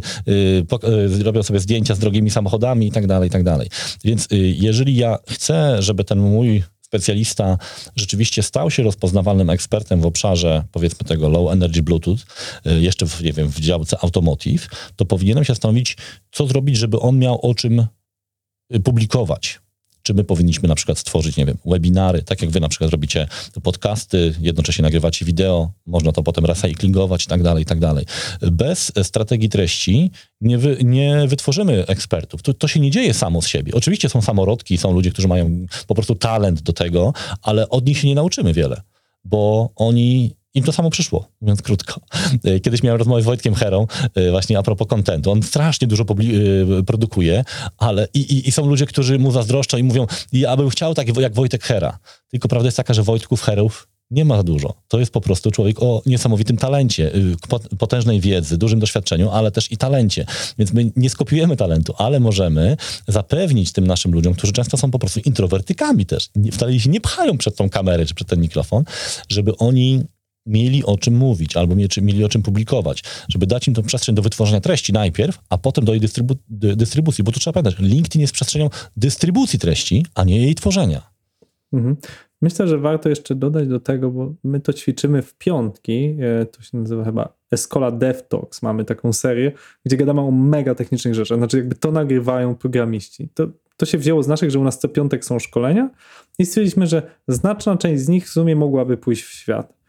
robią sobie zdjęcia z drogimi samochodami i tak dalej. Więc jeżeli ja chcę, żeby ten mój specjalista rzeczywiście stał się rozpoznawalnym ekspertem w obszarze, powiedzmy, tego low energy Bluetooth, jeszcze w działce automotive, to powinienem się zastanowić, co zrobić, żeby on miał o czym publikować. Czy my powinniśmy na przykład stworzyć, nie wiem, webinary, tak jak wy na przykład robicie to jednocześnie nagrywacie wideo, można to potem recyklingować i tak dalej. Bez strategii treści nie wytworzymy ekspertów. To się nie dzieje samo z siebie. Oczywiście są samorodki, są ludzie, którzy mają po prostu talent do tego, ale od nich się nie nauczymy wiele, bo im to samo przyszło, mówiąc krótko. Kiedyś miałem rozmowę z Wojtkiem Herą właśnie a propos contentu. On strasznie dużo produkuje, ale i są ludzie, którzy mu zazdroszczą i mówią, ja bym chciał tak jak Wojtek Hera. Tylko prawda jest taka, że Wojtków Herów nie ma dużo. To jest po prostu człowiek o niesamowitym talencie, potężnej wiedzy, dużym doświadczeniu, ale też i talencie. Więc my nie skopiujemy talentu, ale możemy zapewnić tym naszym ludziom, którzy często są po prostu introwertykami też, wcale się nie pchają przed tą kamerę czy przed ten mikrofon, żeby oni mieli o czym mówić, albo mieli o czym publikować, żeby dać im tą przestrzeń do wytworzenia treści najpierw, a potem do jej dystrybucji, bo tu trzeba pamiętać, LinkedIn jest przestrzenią dystrybucji treści, a nie jej tworzenia. Myślę, że warto jeszcze dodać do tego, bo my to ćwiczymy w piątki, to się nazywa chyba Escola Dev Talks, mamy taką serię, gdzie gadamy o mega technicznych rzeczach, znaczy jakby to nagrywają programiści. To się wzięło z naszych, że u nas co piątek są szkolenia i stwierdziliśmy, że znaczna część z nich w sumie mogłaby pójść w świat.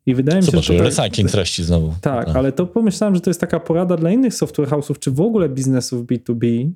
I wydaje mi się, Super, że czyli to recycling treści znowu. tak, ale to pomyślałem, że to jest taka porada dla innych software house'ów, czy w ogóle biznesów B2B,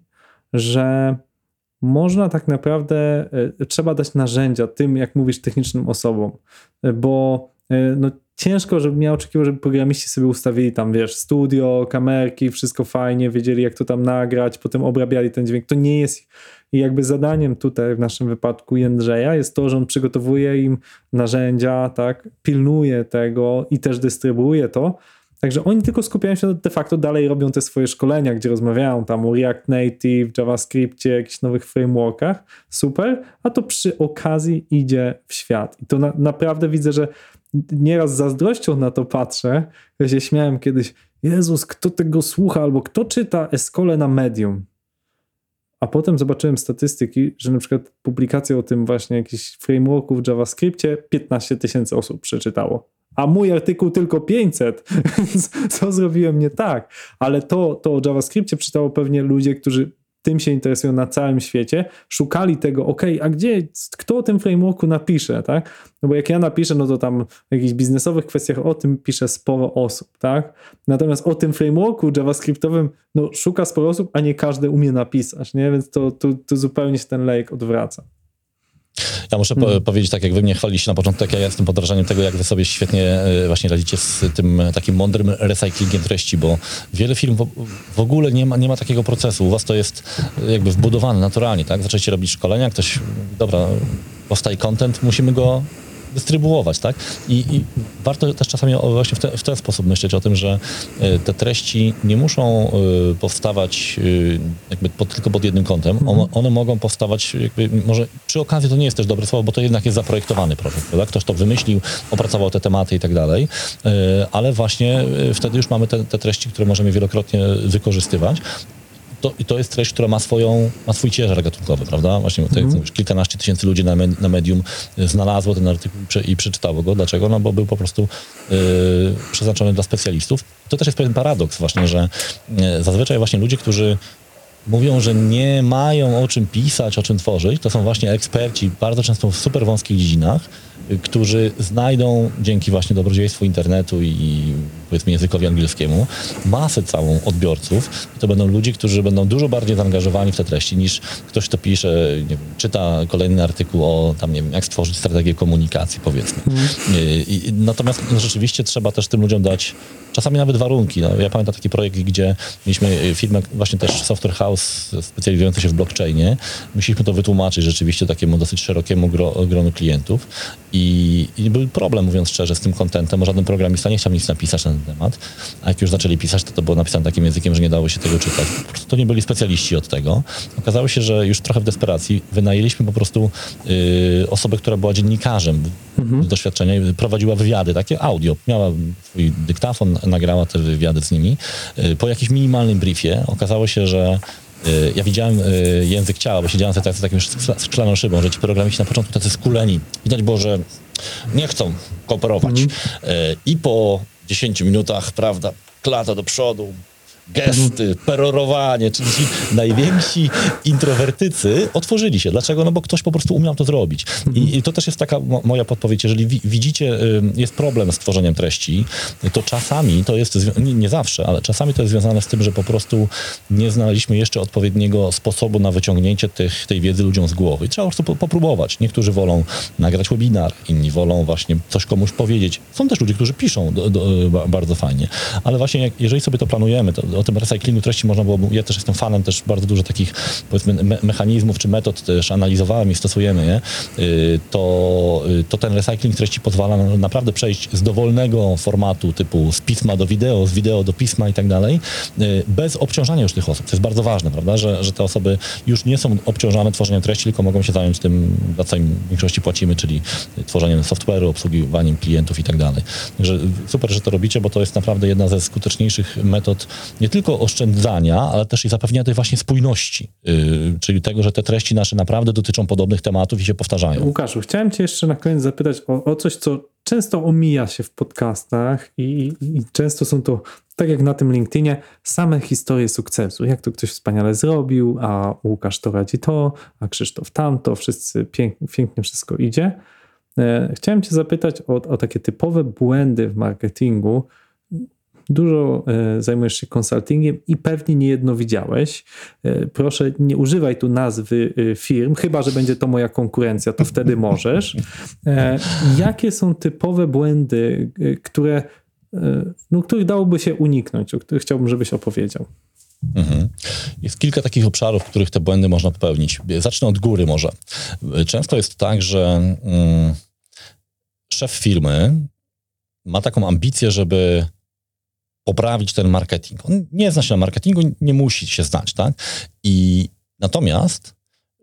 że można tak naprawdę, trzeba dać narzędzia tym, jak mówisz, technicznym osobom, bo no, ciężko, żebym ja oczekiwał, żeby programiści sobie ustawili tam, wiesz, studio, kamerki, wszystko fajnie, wiedzieli jak to tam nagrać, potem obrabiali ten dźwięk. To nie jest jakby zadaniem tutaj w naszym wypadku Jędrzeja jest to, że on przygotowuje im narzędzia, tak, pilnuje tego i też dystrybuuje to. Także oni tylko skupiają się de facto dalej robią te swoje szkolenia, gdzie rozmawiają tam o React Native, JavaScriptie, jakichś nowych frameworkach. Super, a to przy okazji idzie w świat. I to naprawdę widzę, że nieraz z zazdrością na to patrzę. Ja się śmiałem kiedyś, Jezus, kto tego słucha albo kto czyta Escole na Medium? A potem zobaczyłem statystyki, że na przykład publikację o tym właśnie jakichś frameworków w JavaScriptie 15 000 osób przeczytało. A mój artykuł tylko 500. Co zrobiłem nie tak? Ale to o JavaScriptie przeczytało pewnie ludzie, którzy tym się interesują na całym świecie, szukali tego, a kto o tym frameworku napisze, tak? No bo jak ja napiszę, no to tam w jakichś biznesowych kwestiach o tym pisze sporo osób, tak? Natomiast o tym frameworku javascriptowym, no szuka sporo osób, a nie każdy umie napisać, nie? Więc to zupełnie się ten lejek odwraca. Ja muszę powiedzieć, tak jak wy mnie chwaliliście na początku, jak ja jestem pod wrażeniem tego, jak wy sobie świetnie właśnie radzicie z tym takim mądrym recyklingiem treści, bo wiele firm w ogóle nie ma takiego procesu. U was to jest jakby wbudowane naturalnie, tak? Zaczęliście robić szkolenia, ktoś, dobra, powstaje content, musimy go dystrybuować, tak? I warto też czasami właśnie w ten sposób myśleć o tym, że te treści nie muszą powstawać jakby tylko pod jednym kątem. One mogą powstawać jakby, może przy okazji to nie jest też dobre słowo, bo to jednak jest zaprojektowany projekt, prawda? Ktoś to wymyślił, opracował te tematy i tak dalej, ale właśnie wtedy już mamy te treści, które możemy wielokrotnie wykorzystywać. To jest treść, która ma swój ciężar gatunkowy, prawda? Właśnie tak jak mówisz, kilkanaście tysięcy ludzi na Medium znalazło ten artykuł i przeczytało go. Dlaczego? No bo był po prostu przeznaczony dla specjalistów. To też jest pewien paradoks właśnie, że zazwyczaj właśnie ludzie, którzy mówią, że nie mają o czym pisać, o czym tworzyć, to są właśnie eksperci, bardzo często w super wąskich dziedzinach, którzy znajdą dzięki właśnie dobrodziejstwu internetu i powiedzmy językowi angielskiemu masę całą odbiorców. To będą ludzie, którzy będą dużo bardziej zaangażowani w te treści niż ktoś, kto pisze, nie wiem, czyta kolejny artykuł o tam, nie wiem, jak stworzyć strategię komunikacji, powiedzmy. Natomiast rzeczywiście trzeba też tym ludziom dać czasami nawet warunki. No, ja pamiętam taki projekt, gdzie mieliśmy firmę, właśnie też software house specjalizujący się w blockchainie. Musieliśmy to wytłumaczyć rzeczywiście takiemu dosyć szerokiemu gronu klientów. I był problem, mówiąc szczerze, z tym contentem, bo żaden programista nie chciał nic napisać na ten temat. A jak już zaczęli pisać, to było napisane takim językiem, że nie dało się tego czytać. Po prostu to nie byli specjaliści od tego. Okazało się, że już trochę w desperacji wynajęliśmy po prostu osobę, która była dziennikarzem z doświadczenia i prowadziła wywiady, takie audio. Miała swój dyktafon, nagrała te wywiady z nimi. Po jakimś minimalnym briefie okazało się, że ja widziałem język ciała, bo siedziałem sobie z taką szklaną szybą, że ci programiści na początku tacy skuleni. Widać było, że nie chcą kooperować. I po 10 minutach, prawda, klata do przodu, gesty, perorowanie, czyli ci najwięksi introwertycy otworzyli się. Dlaczego? No bo ktoś po prostu umiał to zrobić. I to też jest taka moja podpowiedź. Jeżeli widzicie, jest problem z tworzeniem treści, to czasami to jest, nie zawsze, ale czasami to jest związane z tym, że po prostu nie znaleźliśmy jeszcze odpowiedniego sposobu na wyciągnięcie tej wiedzy ludziom z głowy. I trzeba po prostu popróbować. Niektórzy wolą nagrać webinar, inni wolą właśnie coś komuś powiedzieć. Są też ludzie, którzy piszą bardzo fajnie. Ale właśnie jeżeli sobie to planujemy, to o tym recyklingu treści można było, ja też jestem fanem też bardzo dużo takich, powiedzmy, mechanizmów czy metod też analizowałem i stosujemy je, to ten recycling treści pozwala naprawdę przejść z dowolnego formatu typu z pisma do wideo, z wideo do pisma i tak dalej, bez obciążania już tych osób. To jest bardzo ważne, prawda, że te osoby już nie są obciążane tworzeniem treści, tylko mogą się zająć tym, za co im w większości płacimy, czyli tworzeniem software'u, obsługiwaniem klientów i tak dalej. Także super, że to robicie, bo to jest naprawdę jedna ze skuteczniejszych metod nie tylko oszczędzania, ale też i zapewnienia tej właśnie spójności, czyli tego, że te treści nasze naprawdę dotyczą podobnych tematów i się powtarzają. Łukaszu, chciałem cię jeszcze na koniec zapytać o coś, co często omija się w podcastach i często są to, tak jak na tym LinkedInie, same historie sukcesu. Jak to ktoś wspaniale zrobił, a Łukasz to radzi to, a Krzysztof tamto, wszyscy pięknie wszystko idzie. Chciałem cię zapytać o takie typowe błędy w marketingu. Dużo zajmujesz się konsultingiem i pewnie niejedno widziałeś. Proszę, nie używaj tu nazwy firm, chyba że będzie to moja konkurencja, to wtedy możesz. Jakie są typowe błędy, których dałoby się uniknąć, o których chciałbym, żebyś opowiedział? Jest kilka takich obszarów, w których te błędy można popełnić. Zacznę od góry może. Często jest tak, że szef firmy ma taką ambicję, żeby poprawić ten marketing. On nie zna się na marketingu, nie musi się znać, tak? Natomiast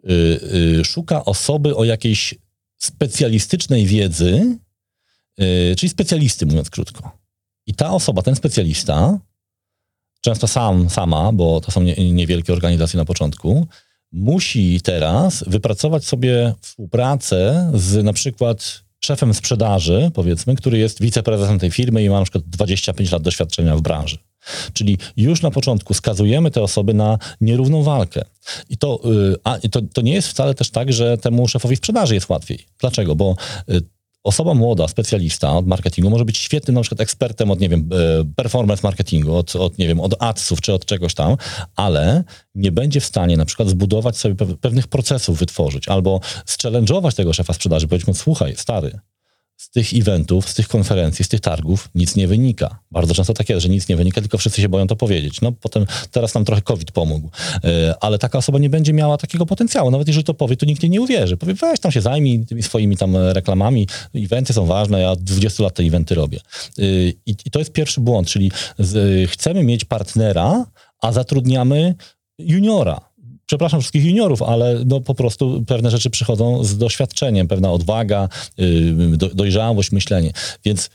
szuka osoby o jakiejś specjalistycznej wiedzy, czyli specjalisty, mówiąc krótko. I ta osoba, ten specjalista, często sama, bo to są niewielkie organizacje na początku, musi teraz wypracować sobie współpracę z na przykład szefem sprzedaży, powiedzmy, który jest wiceprezesem tej firmy i ma na przykład 25 lat doświadczenia w branży. Czyli już na początku skazujemy te osoby na nierówną walkę. I to nie jest wcale też tak, że temu szefowi sprzedaży jest łatwiej. Dlaczego? Bo osoba młoda, specjalista od marketingu może być świetnym na przykład ekspertem od, nie wiem, performance marketingu, od adsów czy od czegoś tam, ale nie będzie w stanie na przykład zbudować sobie pewnych procesów, wytworzyć albo zchallenge'ować tego szefa sprzedaży, powiedzieć mu, słuchaj, stary, z tych eventów, z tych konferencji, z tych targów nic nie wynika. Bardzo często tak jest, że nic nie wynika, tylko wszyscy się boją to powiedzieć. No potem, teraz nam trochę COVID pomógł. Ale taka osoba nie będzie miała takiego potencjału. Nawet jeżeli to powie, to nikt jej nie uwierzy. Powie, weź tam się zajmij tymi swoimi tam reklamami. Eventy są ważne, ja od 20 lat te eventy robię. I to jest pierwszy błąd, czyli chcemy mieć partnera, a zatrudniamy juniora. Przepraszam wszystkich juniorów, ale no po prostu pewne rzeczy przychodzą z doświadczeniem, pewna odwaga, dojrzałość, myślenie. Więc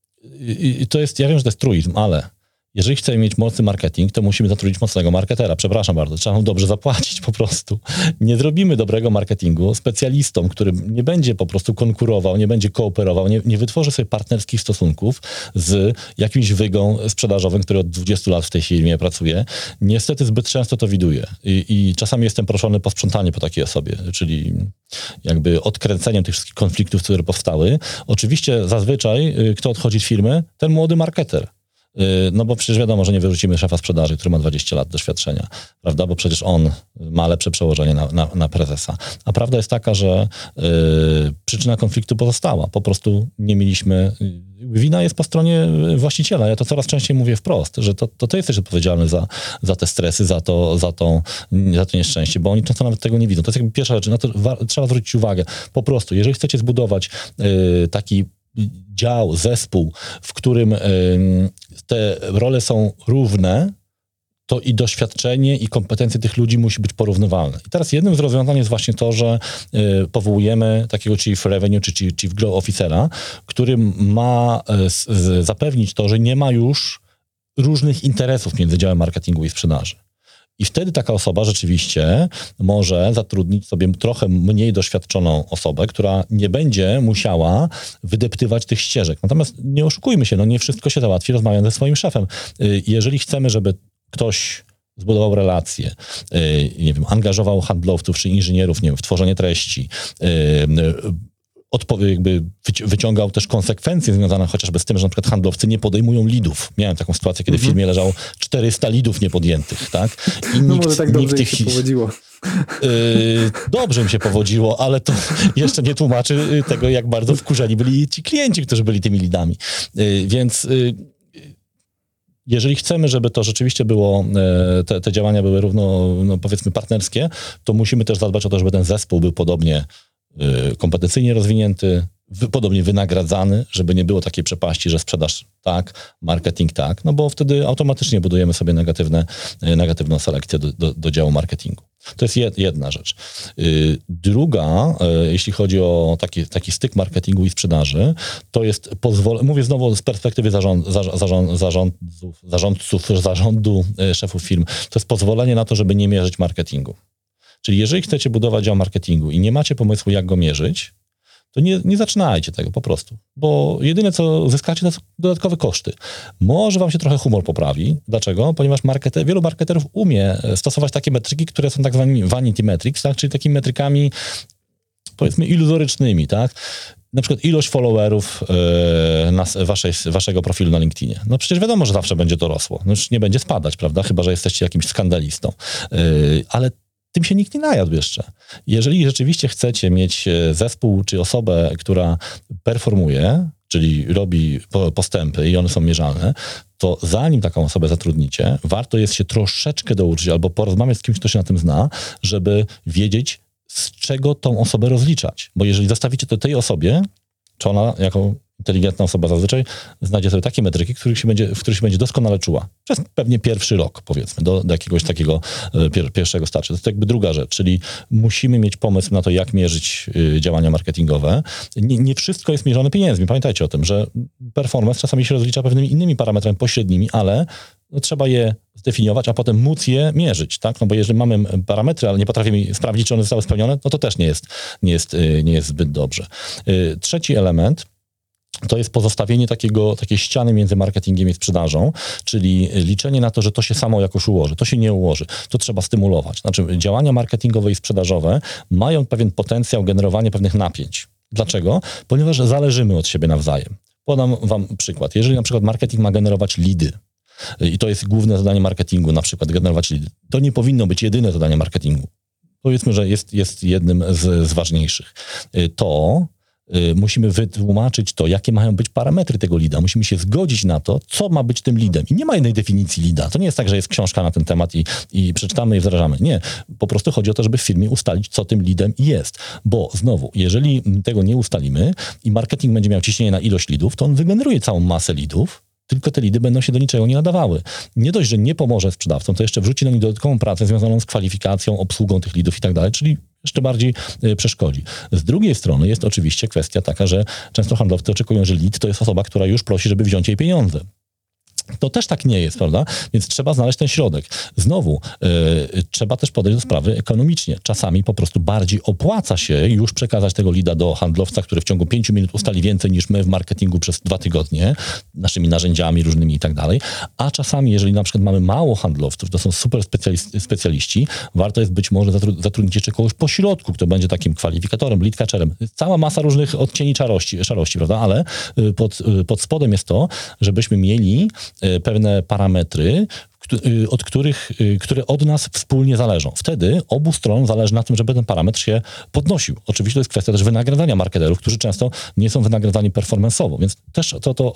to jest, ja wiem, że to jest truizm, ale jeżeli chcemy mieć mocny marketing, to musimy zatrudnić mocnego marketera. Przepraszam bardzo, trzeba mu dobrze zapłacić po prostu. Nie zrobimy dobrego marketingu specjalistom, który nie będzie po prostu konkurował, nie będzie kooperował, nie wytworzy sobie partnerskich stosunków z jakimś wygą sprzedażowym, który od 20 lat w tej firmie pracuje. Niestety zbyt często to widuję. I czasami jestem proszony po sprzątanie po takiej osobie, czyli jakby odkręceniem tych wszystkich konfliktów, które powstały. Oczywiście zazwyczaj kto odchodzi z firmy? Ten młody marketer. No bo przecież wiadomo, że nie wyrzucimy szefa sprzedaży, który ma 20 lat doświadczenia, prawda? Bo przecież on ma lepsze przełożenie na prezesa. A prawda jest taka, że przyczyna konfliktu pozostała. Po prostu nie mieliśmy... Wina jest po stronie właściciela. Ja to coraz częściej mówię wprost, że to ty jesteś odpowiedzialny za te stresy, za to nieszczęście, bo oni często nawet tego nie widzą. To jest jakby pierwsza rzecz, na to trzeba zwrócić uwagę. Po prostu, jeżeli chcecie zbudować taki dział, zespół, w którym te role są równe, to i doświadczenie, i kompetencje tych ludzi musi być porównywalne. I teraz jednym z rozwiązań jest właśnie to, że powołujemy takiego Chief Revenue czy Chief Growth Officera, który ma zapewnić to, że nie ma już różnych interesów między działem marketingu i sprzedaży. I wtedy taka osoba rzeczywiście może zatrudnić sobie trochę mniej doświadczoną osobę, która nie będzie musiała wydeptywać tych ścieżek. Natomiast nie oszukujmy się, nie wszystko się załatwi rozmawiając ze swoim szefem. Jeżeli chcemy, żeby ktoś zbudował relacje, nie wiem, angażował handlowców czy inżynierów, w tworzenie treści, jakby wyciągał też konsekwencje związane chociażby z tym, że na przykład handlowcy nie podejmują lidów. Miałem taką sytuację, kiedy w firmie leżało 400 lidów niepodjętych, tak? I może tak dobrze się powodziło. Dobrze mi się powodziło, ale to jeszcze nie tłumaczy tego, jak bardzo wkurzeni byli ci klienci, którzy byli tymi lidami. Więc jeżeli chcemy, żeby to rzeczywiście było, te działania były równo, powiedzmy, partnerskie, to musimy też zadbać o to, żeby ten zespół był podobnie kompetencyjnie rozwinięty, podobnie wynagradzany, żeby nie było takiej przepaści, że sprzedaż tak, marketing tak, no bo wtedy automatycznie budujemy sobie negatywną selekcję do działu marketingu. To jest jedna rzecz. Druga, jeśli chodzi o taki styk marketingu i sprzedaży, to jest mówię znowu z perspektywy zarządu szefów firm, to jest pozwolenie na to, żeby nie mierzyć marketingu. Czyli jeżeli chcecie budować dział marketingu i nie macie pomysłu, jak go mierzyć, to nie zaczynajcie tego po prostu. Bo jedyne, co zyskacie, to są dodatkowe koszty. Może wam się trochę humor poprawi. Dlaczego? Ponieważ wielu marketerów umie stosować takie metryki, które są tak zwanymi vanity metrics, tak? Czyli takimi metrykami, powiedzmy, iluzorycznymi, tak? na przykład ilość followerów waszego profilu na LinkedInie. No przecież wiadomo, że zawsze będzie to rosło. No już nie będzie spadać, prawda? Chyba że jesteście jakimś skandalistą. Ale tym się nikt nie najadł jeszcze. Jeżeli rzeczywiście chcecie mieć zespół czy osobę, która performuje, czyli robi postępy i one są mierzalne, to zanim taką osobę zatrudnicie, warto jest się troszeczkę douczyć albo porozmawiać z kimś, kto się na tym zna, żeby wiedzieć, z czego tą osobę rozliczać. Bo jeżeli zostawicie to tej osobie, czy ona jako inteligentna osoba zazwyczaj znajdzie sobie takie metryki, w których się będzie doskonale czuła. Przez pewnie pierwszy rok, powiedzmy, do jakiegoś takiego pierwszego starcia. To jest jakby druga rzecz, czyli musimy mieć pomysł na to, jak mierzyć działania marketingowe. Nie wszystko jest mierzone pieniędzmi. Pamiętajcie o tym, że performance czasami się rozlicza pewnymi innymi parametrami pośrednimi, ale trzeba je zdefiniować, a potem móc je mierzyć, tak? No bo jeżeli mamy parametry, ale nie potrafimy sprawdzić, czy one zostały spełnione, no to też nie jest zbyt dobrze. Trzeci element to jest pozostawienie takiej ściany między marketingiem i sprzedażą, czyli liczenie na to, że to się samo jakoś ułoży. To się nie ułoży. To trzeba stymulować. Znaczy działania marketingowe i sprzedażowe mają pewien potencjał generowania pewnych napięć. Dlaczego? Ponieważ zależymy od siebie nawzajem. Podam wam przykład. Jeżeli na przykład marketing ma generować leady, i to jest główne zadanie marketingu, na przykład generować leady, to nie powinno być jedyne zadanie marketingu. Powiedzmy, że jest jednym z ważniejszych. To musimy wytłumaczyć to, jakie mają być parametry tego leada. Musimy się zgodzić na to, co ma być tym leadem. I nie ma jednej definicji leada. To nie jest tak, że jest książka na ten temat i przeczytamy i wdrażamy. Nie. Po prostu chodzi o to, żeby w firmie ustalić, co tym leadem jest. Bo znowu, jeżeli tego nie ustalimy i marketing będzie miał ciśnienie na ilość leadów, to on wygeneruje całą masę leadów, tylko te leady będą się do niczego nie nadawały. Nie dość, że nie pomoże sprzedawcom, to jeszcze wrzuci na nich dodatkową pracę związaną z kwalifikacją, obsługą tych leadów i tak dalej, czyli jeszcze bardziej przeszkodzi. Z drugiej strony jest oczywiście kwestia taka, że często handlowcy oczekują, że lead to jest osoba, która już prosi, żeby wziąć jej pieniądze. To też tak nie jest, prawda? Więc trzeba znaleźć ten środek. Znowu, trzeba też podejść do sprawy ekonomicznie. Czasami po prostu bardziej opłaca się już przekazać tego leada do handlowca, który w ciągu 5 minut ustali więcej niż my w marketingu przez 2 tygodnie, naszymi narzędziami różnymi i tak dalej. A czasami, jeżeli na przykład mamy mało handlowców, to są super specjaliści, warto jest być może zatrudnić jeszcze kogoś po środku, kto będzie takim kwalifikatorem, lead catcherem. Cała masa różnych odcieni szarości, prawda? Ale pod spodem jest to, żebyśmy mieli pewne parametry, które od nas wspólnie zależą. Wtedy obu stronom zależy na tym, żeby ten parametr się podnosił. Oczywiście to jest kwestia też wynagradzania marketerów, którzy często nie są wynagradzani performance'owo, więc też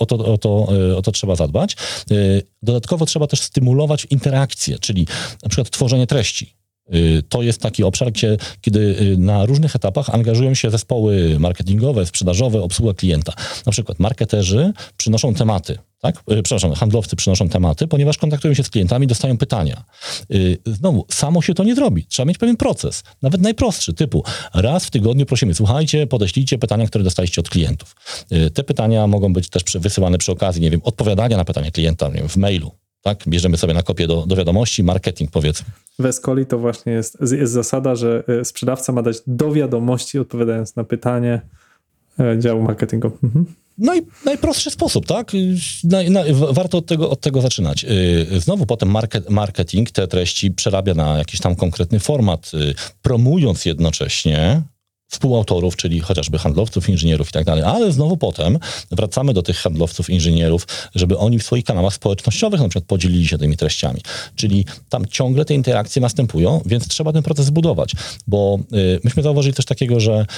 o to trzeba zadbać. Dodatkowo trzeba też stymulować interakcje, czyli na przykład tworzenie treści. To jest taki obszar, kiedy na różnych etapach angażują się zespoły marketingowe, sprzedażowe, obsługa klienta. Na przykład marketerzy przynoszą tematy, tak? Handlowcy przynoszą tematy, ponieważ kontaktują się z klientami, dostają pytania. Znowu, samo się to nie zrobi. Trzeba mieć pewien proces, nawet najprostszy, typu raz w tygodniu prosimy, słuchajcie, podeślijcie pytania, które dostaliście od klientów. Te pytania mogą być też wysyłane przy okazji, nie wiem, odpowiadania na pytania klienta, nie wiem, w mailu. Tak? Bierzemy sobie na kopię do wiadomości, marketing powiedzmy. W Escoli to właśnie jest zasada, że sprzedawca ma dać do wiadomości, odpowiadając na pytanie działu marketingu. No i najprostszy sposób, tak? Warto od tego zaczynać. Znowu potem marketing te treści przerabia na jakiś tam konkretny format, promując jednocześnie współautorów, czyli chociażby handlowców, inżynierów i tak dalej, ale znowu potem wracamy do tych handlowców, inżynierów, żeby oni w swoich kanałach społecznościowych na przykład podzielili się tymi treściami. Czyli tam ciągle te interakcje następują, więc trzeba ten proces zbudować, bo myśmy zauważyli coś takiego, że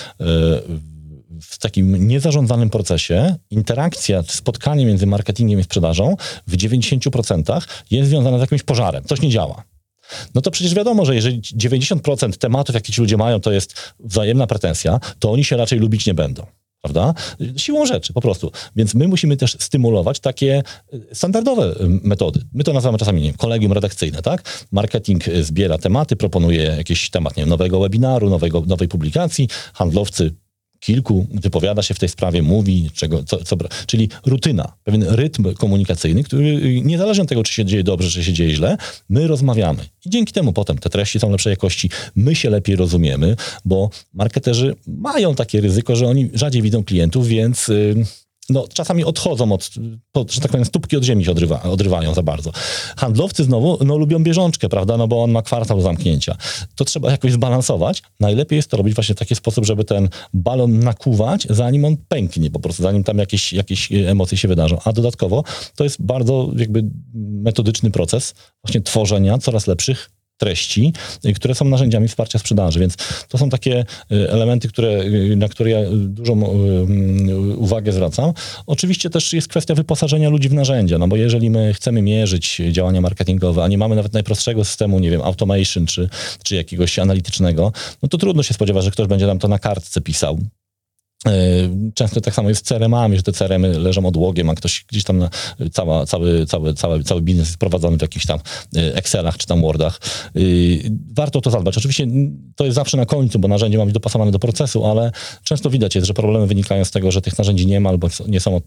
w takim niezarządzanym procesie interakcja, spotkanie między marketingiem i sprzedażą w 90% jest związane z jakimś pożarem. Coś nie działa. No to przecież wiadomo, że jeżeli 90% tematów, jakie ci ludzie mają, to jest wzajemna pretensja, to oni się raczej lubić nie będą. Prawda? Siłą rzeczy po prostu. Więc my musimy też stymulować takie standardowe metody. My to nazywamy czasami, nie wiem, kolegium redakcyjne, tak? Marketing zbiera tematy, proponuje jakiś temat, nie wiem, nowego webinaru, nowej publikacji, handlowcy kilku wypowiada się w tej sprawie, mówi, czyli rutyna, pewien rytm komunikacyjny, który niezależnie od tego, czy się dzieje dobrze, czy się dzieje źle, my rozmawiamy. I dzięki temu potem te treści są lepszej jakości, my się lepiej rozumiemy, bo marketerzy mają takie ryzyko, że oni rzadziej widzą klientów, więc no, czasami odchodzą że tak powiem, stópki od ziemi się odrywają za bardzo. Handlowcy znowu, no, lubią bieżączkę, prawda, no bo on ma kwartał do zamknięcia. To trzeba jakoś zbalansować. Najlepiej jest to robić właśnie w taki sposób, żeby ten balon nakuwać, zanim on pęknie, po prostu zanim tam jakieś emocje się wydarzą. A dodatkowo to jest bardzo jakby metodyczny proces właśnie tworzenia coraz lepszych treści, które są narzędziami wsparcia sprzedaży, więc to są takie elementy, na które ja dużą uwagę zwracam. Oczywiście też jest kwestia wyposażenia ludzi w narzędzia, no bo jeżeli my chcemy mierzyć działania marketingowe, a nie mamy nawet najprostszego systemu, nie wiem, automation czy jakiegoś analitycznego, no to trudno się spodziewać, że ktoś będzie nam to na kartce pisał. Często tak samo jest z CRM-ami, że te CRM-y leżą odłogiem, a ktoś gdzieś tam cały biznes jest prowadzony w jakichś tam Excelach czy tam Wordach. Warto o to zadbać. Oczywiście to jest zawsze na końcu, bo narzędzie ma być dopasowane do procesu, ale często widać jest, że problemy wynikają z tego, że tych narzędzi nie ma albo nie są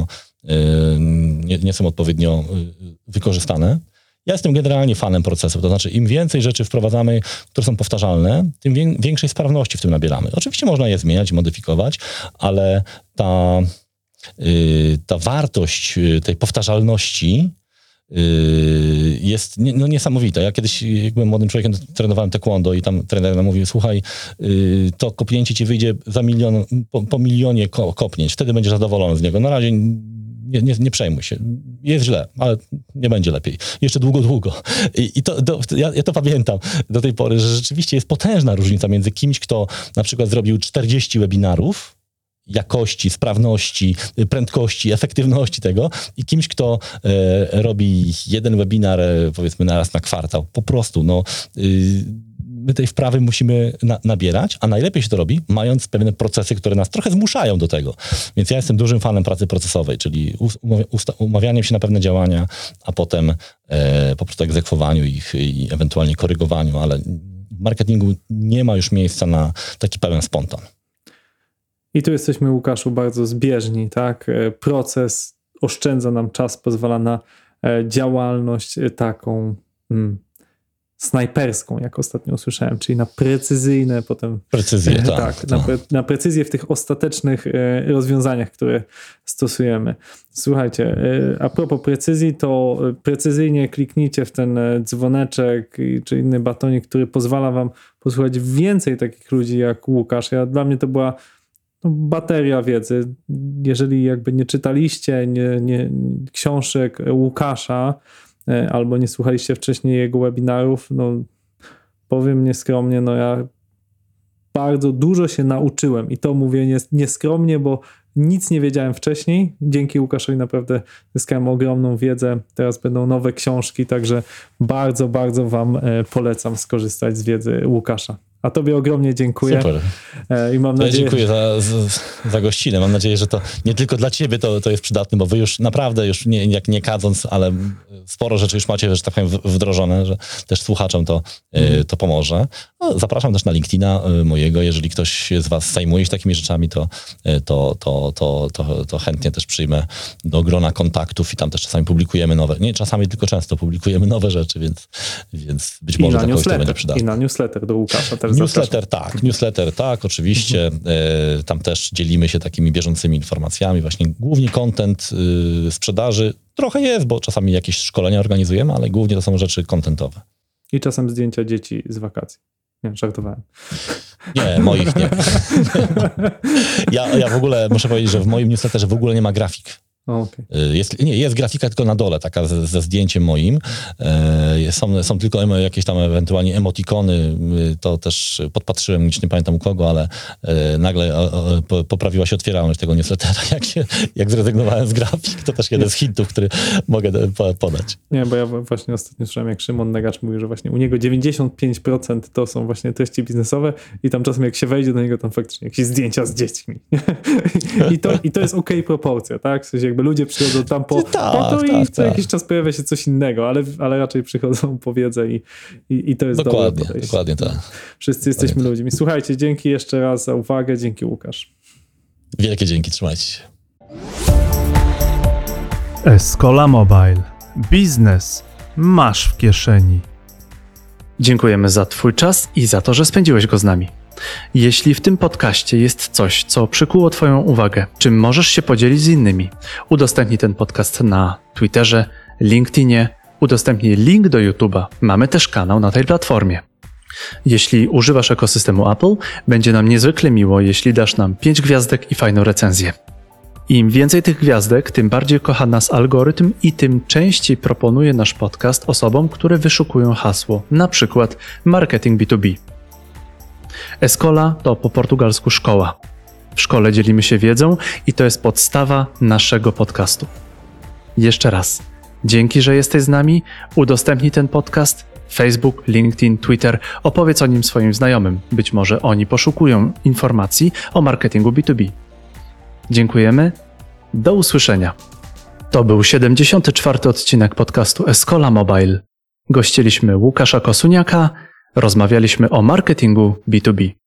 odpowiednio wykorzystane. Ja jestem generalnie fanem procesu, to znaczy im więcej rzeczy wprowadzamy, które są powtarzalne, tym większej sprawności w tym nabieramy. Oczywiście można je zmieniać, modyfikować, ale ta wartość tej powtarzalności jest niesamowita. Ja kiedyś, jak byłem młodym człowiekiem, trenowałem taekwondo i tam trener nam mówił, słuchaj, to kopnięcie ci wyjdzie za milion, po milionie kopnięć, wtedy będziesz zadowolony z niego. Na razie nie przejmuj się. Jest źle, ale nie będzie lepiej. Jeszcze długo. I ja to pamiętam do tej pory, że rzeczywiście jest potężna różnica między kimś, kto na przykład zrobił 40 webinarów, jakości, sprawności, prędkości, efektywności tego i kimś, kto robi jeden webinar, powiedzmy raz na kwartał. Po prostu, my tej wprawy musimy nabierać, a najlepiej się to robi, mając pewne procesy, które nas trochę zmuszają do tego. Więc ja jestem dużym fanem pracy procesowej, czyli umawianiem się na pewne działania, a potem po prostu egzekwowaniu ich i ewentualnie korygowaniu, ale w marketingu nie ma już miejsca na taki pełen spontan. I tu jesteśmy, Łukaszu, bardzo zbieżni, tak? Proces oszczędza nam czas, pozwala na działalność taką snajperską, jak ostatnio usłyszałem, czyli na precyzyjne potem... Precyzję, tak. Na precyzję w tych ostatecznych rozwiązaniach, które stosujemy. Słuchajcie, a propos precyzji, to precyzyjnie kliknijcie w ten dzwoneczek czy inny batonik, który pozwala wam posłuchać więcej takich ludzi jak Łukasz. Dla mnie to była bateria wiedzy. Jeżeli jakby nie czytaliście książek Łukasza, albo nie słuchaliście wcześniej jego webinarów, powiem nieskromnie, ja bardzo dużo się nauczyłem i to mówię nieskromnie, bo nic nie wiedziałem wcześniej. Dzięki Łukaszowi naprawdę zyskałem ogromną wiedzę. Teraz będą nowe książki, także bardzo, bardzo wam polecam skorzystać z wiedzy Łukasza. A tobie ogromnie dziękuję. Super. I mam nadzieję, dziękuję za gościnę. Mam nadzieję, że to nie tylko dla ciebie to jest przydatne, bo wy już naprawdę, nie kadząc, ale sporo rzeczy już macie, że tak powiem, wdrożone, że też słuchaczom to pomoże. Zapraszam też na LinkedIna mojego. Jeżeli ktoś z was zajmuje się takimi rzeczami, to chętnie też przyjmę do grona kontaktów i tam też czasami publikujemy nowe, nie czasami, tylko często publikujemy nowe rzeczy, więc być może dla kogoś to będzie przydatne. I na newsletter do Łukasza też Newsletter, tak, oczywiście. Tam też dzielimy się takimi bieżącymi informacjami, właśnie głównie content sprzedaży. Trochę jest, bo czasami jakieś szkolenia organizujemy, ale głównie to są rzeczy contentowe. I czasem zdjęcia dzieci z wakacji. Nie, żartowałem. Nie, moich nie. Ja w ogóle muszę powiedzieć, że w moim newsletterze w ogóle nie ma grafik. Okay. Jest grafika tylko na dole, taka ze zdjęciem moim. Są tylko jakieś tam ewentualnie emotikony. To też podpatrzyłem, nic nie pamiętam u kogo, ale nagle poprawiła się otwieralność tego newslettera. Jak zrezygnowałem z grafik, to też jeden z hintów, który mogę podać. Nie, bo ja właśnie ostatnio słyszałem, jak Szymon Negacz mówił, że właśnie u niego 95% to są właśnie treści biznesowe i tam czasem jak się wejdzie do niego, tam faktycznie jakieś zdjęcia z dziećmi. I to jest okej proporcja, tak? W sensie jakby ludzie przychodzą tam po to i co jakiś czas pojawia się coś innego, ale raczej przychodzą po wiedzę i to jest dobre podejście. Dokładnie tak. Wszyscy jesteśmy ludźmi. Słuchajcie, dzięki jeszcze raz za uwagę. Dzięki, Łukasz. Wielkie dzięki, trzymajcie się. Escola Mobile. Biznes masz w kieszeni. Dziękujemy za twój czas i za to, że spędziłeś go z nami. Jeśli w tym podcaście jest coś, co przykuło Twoją uwagę, czym możesz się podzielić z innymi, udostępnij ten podcast na Twitterze, LinkedInie, udostępnij link do YouTube'a. Mamy też kanał na tej platformie. Jeśli używasz ekosystemu Apple, będzie nam niezwykle miło, jeśli dasz nam 5 gwiazdek i fajną recenzję. Im więcej tych gwiazdek, tym bardziej kocha nas algorytm i tym częściej proponuje nasz podcast osobom, które wyszukują hasło, na przykład marketing B2B. Escola to po portugalsku szkoła. W szkole dzielimy się wiedzą i to jest podstawa naszego podcastu. Jeszcze raz, dzięki, że jesteś z nami, udostępnij ten podcast, Facebook, LinkedIn, Twitter, opowiedz o nim swoim znajomym. Być może oni poszukują informacji o marketingu B2B. Dziękujemy, do usłyszenia. To był 74. odcinek podcastu Escola Mobile. Gościliśmy Łukasza Kosuniaka, rozmawialiśmy o marketingu B2B.